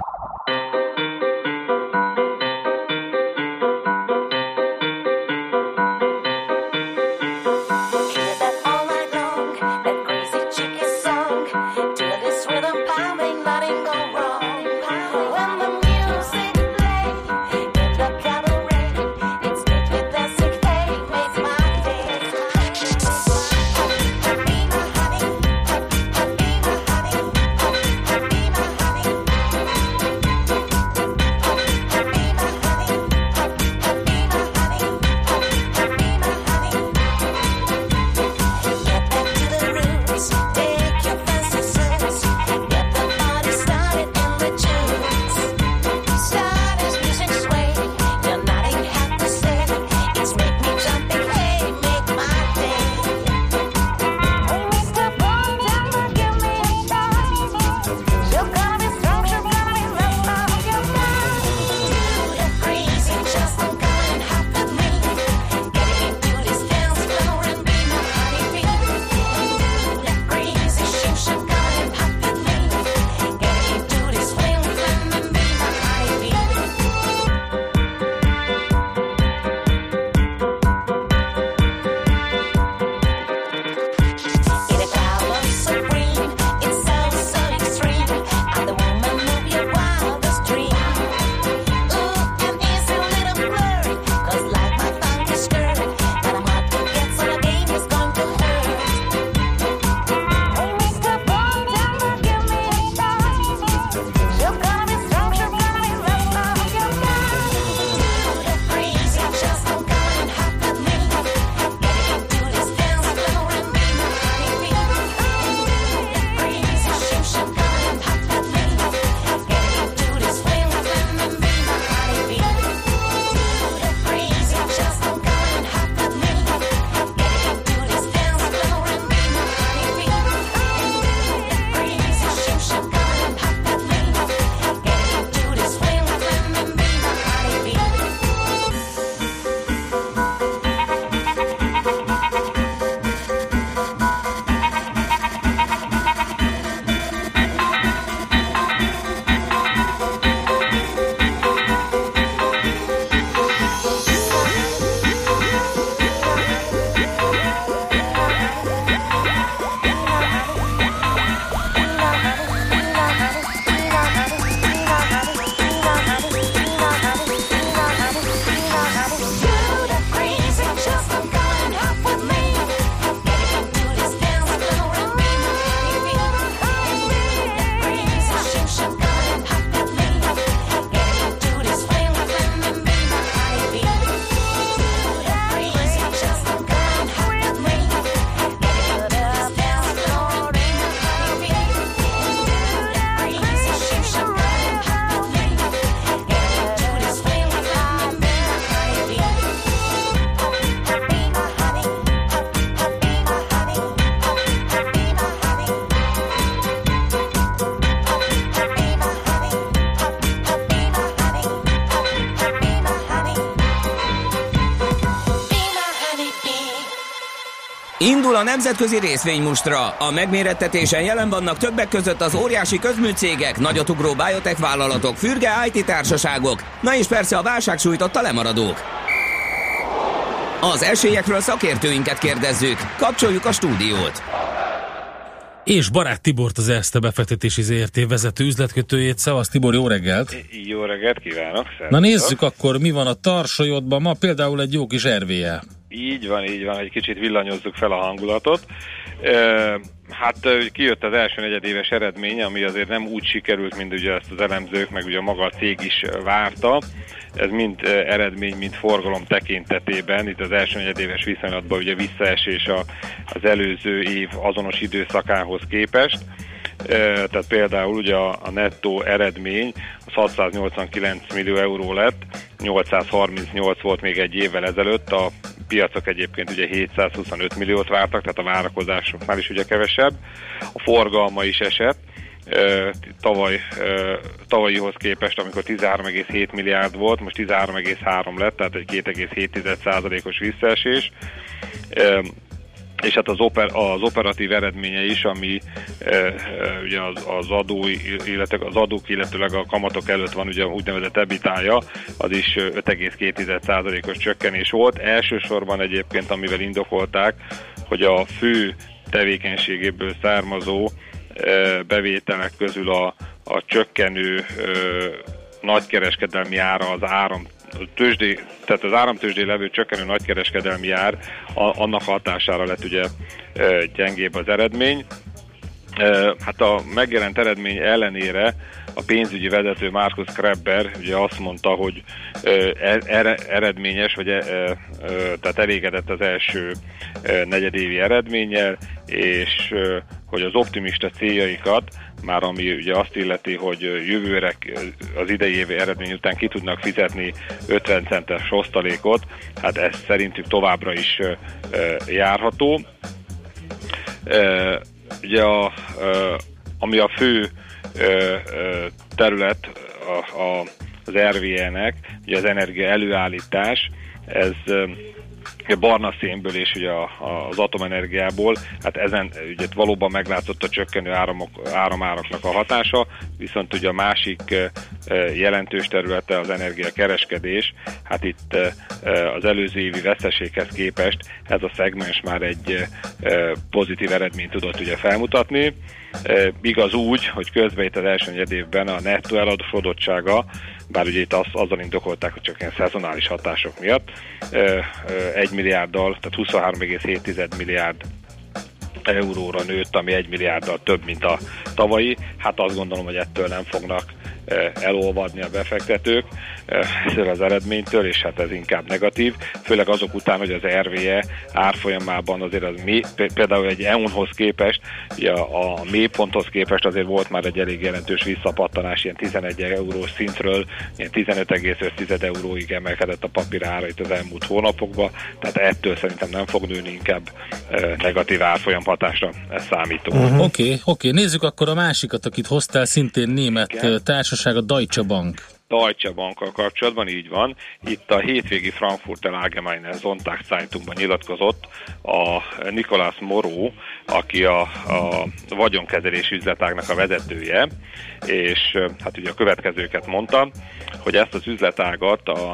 Speaker 18: Indul a nemzetközi részvénymustra. A megmérettetésen jelen vannak többek között az óriási közműcégek, nagyotugró biotech vállalatok, fürge i té társaságok, na és persze a válság sújtotta lemaradók. Az esélyekről szakértőinket kérdezzük. Kapcsoljuk a stúdiót.
Speaker 2: És Barát Tibort, az Erste befektetési zé er té vezető üzletkötőjét. Szevasz Tibor, jó reggelt!
Speaker 19: Jó reggelt kívánok! Szervusztok.
Speaker 2: Na nézzük akkor, mi van a tarsolyodban. Ma például egy jó kis er vé e.
Speaker 19: Így van, így van, egy kicsit villanyozzuk fel a hangulatot. Hát kijött az első negyedéves eredmény, ami azért nem úgy sikerült, mint ugye ezt az elemzők, meg ugye maga a cég is várta. Ez mind eredmény, mind forgalom tekintetében. Itt az első negyedéves viszonylatban ugye visszaesés az előző év azonos időszakához képest. Tehát például ugye a nettó eredmény az hatszáznyolcvankilenc millió euró lett, nyolcszázharmincnyolc volt még egy évvel ezelőtt, a piacok egyébként ugye hétszázhuszonöt milliót vártak, tehát a várakozásoknál is ugye kevesebb. A forgalma is esett, tavaly, tavalyihoz képest, amikor tizenhárom egész hét milliárd volt, most tizenhárom egész három lett, tehát egy két egész hét százalékos visszaesés. És hát az, oper, az operatív eredménye is, ami e, e, ugye az, az, adó, illetve az adók, illetőleg a kamatok előtt van ugye úgynevezett ebitája, az is öt egész két százalékos csökkenés volt. Elsősorban egyébként, amivel indokolták, hogy a fő tevékenységéből származó e, bevételek közül a, a csökkenő e, nagykereskedelmi ára az áram tőzsdé, tehát az áramtőzsdén levő csökkenő nagykereskedelmi ár, a, annak hatására lett ugye e, gyengébb az eredmény. E, hát a megjelent eredmény ellenére a pénzügyi vezető Markus Krebber ugye azt mondta, hogy e, eredményes, vagy e, e, tehát elégedett az első e, negyedévi eredménnyel, és e, hogy az optimista céljaikat, már ami ugye azt illeti, hogy jövőre az idei évi eredmény után ki tudnak fizetni ötven centes osztalékot, hát ez szerintük továbbra is e, járható. E, ugye a, e, ami a fő e, e, terület a, a, az er vé é-nek, ugye az energia előállítás, ez e, barna szénből és ugye a, a, az atomenergiából, hát ezen ugye valóban meglátszott a csökkenő áramok, áramáraknak a hatása, viszont ugye a másik e, jelentős területe az energiakereskedés, hát itt e, az előző évi veszteséghez képest ez a szegmens már egy e, pozitív eredményt tudott ugye felmutatni. E, igaz úgy, hogy közben itt az első negyed évben a nettó eladósodottsága, bár ugye itt az, azzal indokolták, hogy csak ilyen szezonális hatások miatt, egy milliárddal, tehát huszonhárom egész hét milliárd euróra nőtt, ami egy milliárddal több, mint a tavalyi. Hát azt gondolom, hogy ettől nem fognak elolvadni a befektetők ezzel az eredménytől, és hát ez inkább negatív, főleg azok után, hogy az er vé é árfolyamában azért az mi, például egy é u en-hoz képest, a, a mélyponthoz képest azért volt már egy elég jelentős visszapattanás, ilyen tizenegy eurós szintről, ilyen tizenöt egész öt euróig emelkedett a papírára itt az elmúlt hónapokban, tehát ettől szerintem nem fog nőni, inkább negatív árfolyam hatásra számítunk.
Speaker 2: Oké, uh-huh. oké, okay, okay. Nézzük akkor a másikat, akit hoztál, szintén német Igen. társaság, a Deutsche Bank.
Speaker 19: Deutsche Bankkal kapcsolatban így van. Itt a hétvégi Frankfurter Allgemeine Sonntagszeitung-ban nyilatkozott a Nicolas Moreau, aki a, a vagyonkezelési üzletágnak a vezetője, és hát ugye a következőket mondta, hogy ezt az üzletágat a,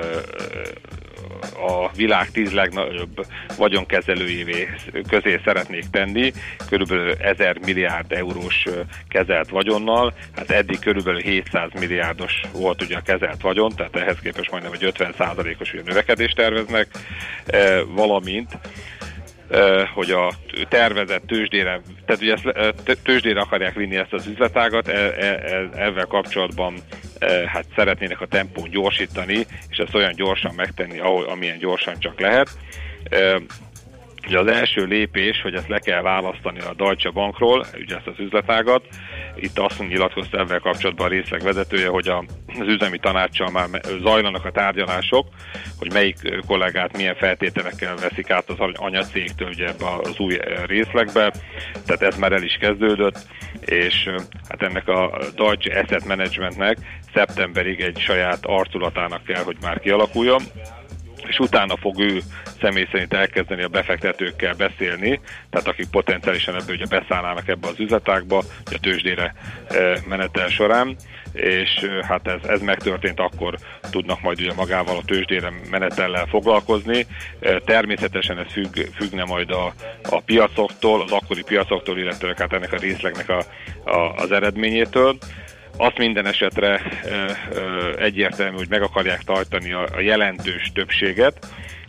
Speaker 19: a világ tíz legnagyobb vagyonkezelőjévé közé szeretnék tenni, körülbelül ezer milliárd eurós kezelt vagyonnal, hát eddig körülbelül hétszáz milliárdos volt ugye a kezelt vagyon, tehát ehhez képest majdnem egy ötven százalékos növekedést terveznek, valamint hogy a tervezett tőzsdére, tehát ugye ezt, tőzsdére akarják vinni ezt az üzletágat, ezzel kapcsolatban hát szeretnének a tempón gyorsítani, és ezt olyan gyorsan megtenni, ahol, amilyen gyorsan csak lehet. Ugye az első lépés, hogy ezt le kell választani a Deutsche Bankról, ugye ezt az üzletágat. Itt azt nyilatkozta ezzel kapcsolatban a részleg vezetője, hogy a, az üzemi tanácssal már zajlanak a tárgyalások, hogy melyik kollégát milyen feltételekkel veszik át az anyacégtől ugye ebbe az új részlegbe. Tehát ez már el is kezdődött, és hát ennek a Deutsche Asset Managementnek szeptemberig egy saját arculatának kell, hogy már kialakuljon, és utána fog ő személy szerint elkezdeni a befektetőkkel beszélni, tehát akik potenciálisan ebből ugye beszállnának ebbe az üzletágba, a tőzsdére menetel során, és hát ez, ez megtörtént, akkor tudnak majd ugye magával a tőzsdére menetellel foglalkozni. Természetesen ez függ, függne majd a, a piacoktól, az akkori piacoktól, illetve hát ennek a részlegnek a, a, az eredményétől. Azt minden esetre e, e, egyértelmű, hogy meg akarják tartani a, a jelentős többséget,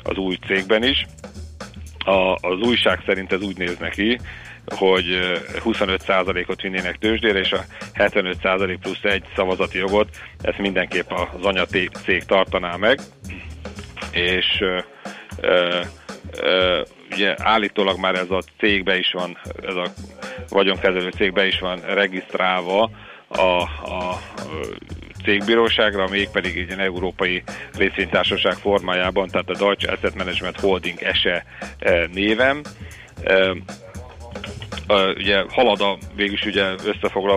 Speaker 19: az új cégben is. A, az újság szerint ez úgy néz neki, hogy huszonöt százalékot vinnének tőzsdére, és a hetvenöt százalék plusz egy szavazati jogot, ezt mindenképp az anyacég tartaná meg, és ö, ö, ö, ugye állítólag már ez a cégbe is van, ez a vagyonkezelő cégbe is van regisztrálva a, a cégbíróságra, mégpedig egy európai részvénytársaság formájában, tehát a Deutsche Asset Management Holding es e néven. Uh, ugye halad a, végülis ugye összefoglalva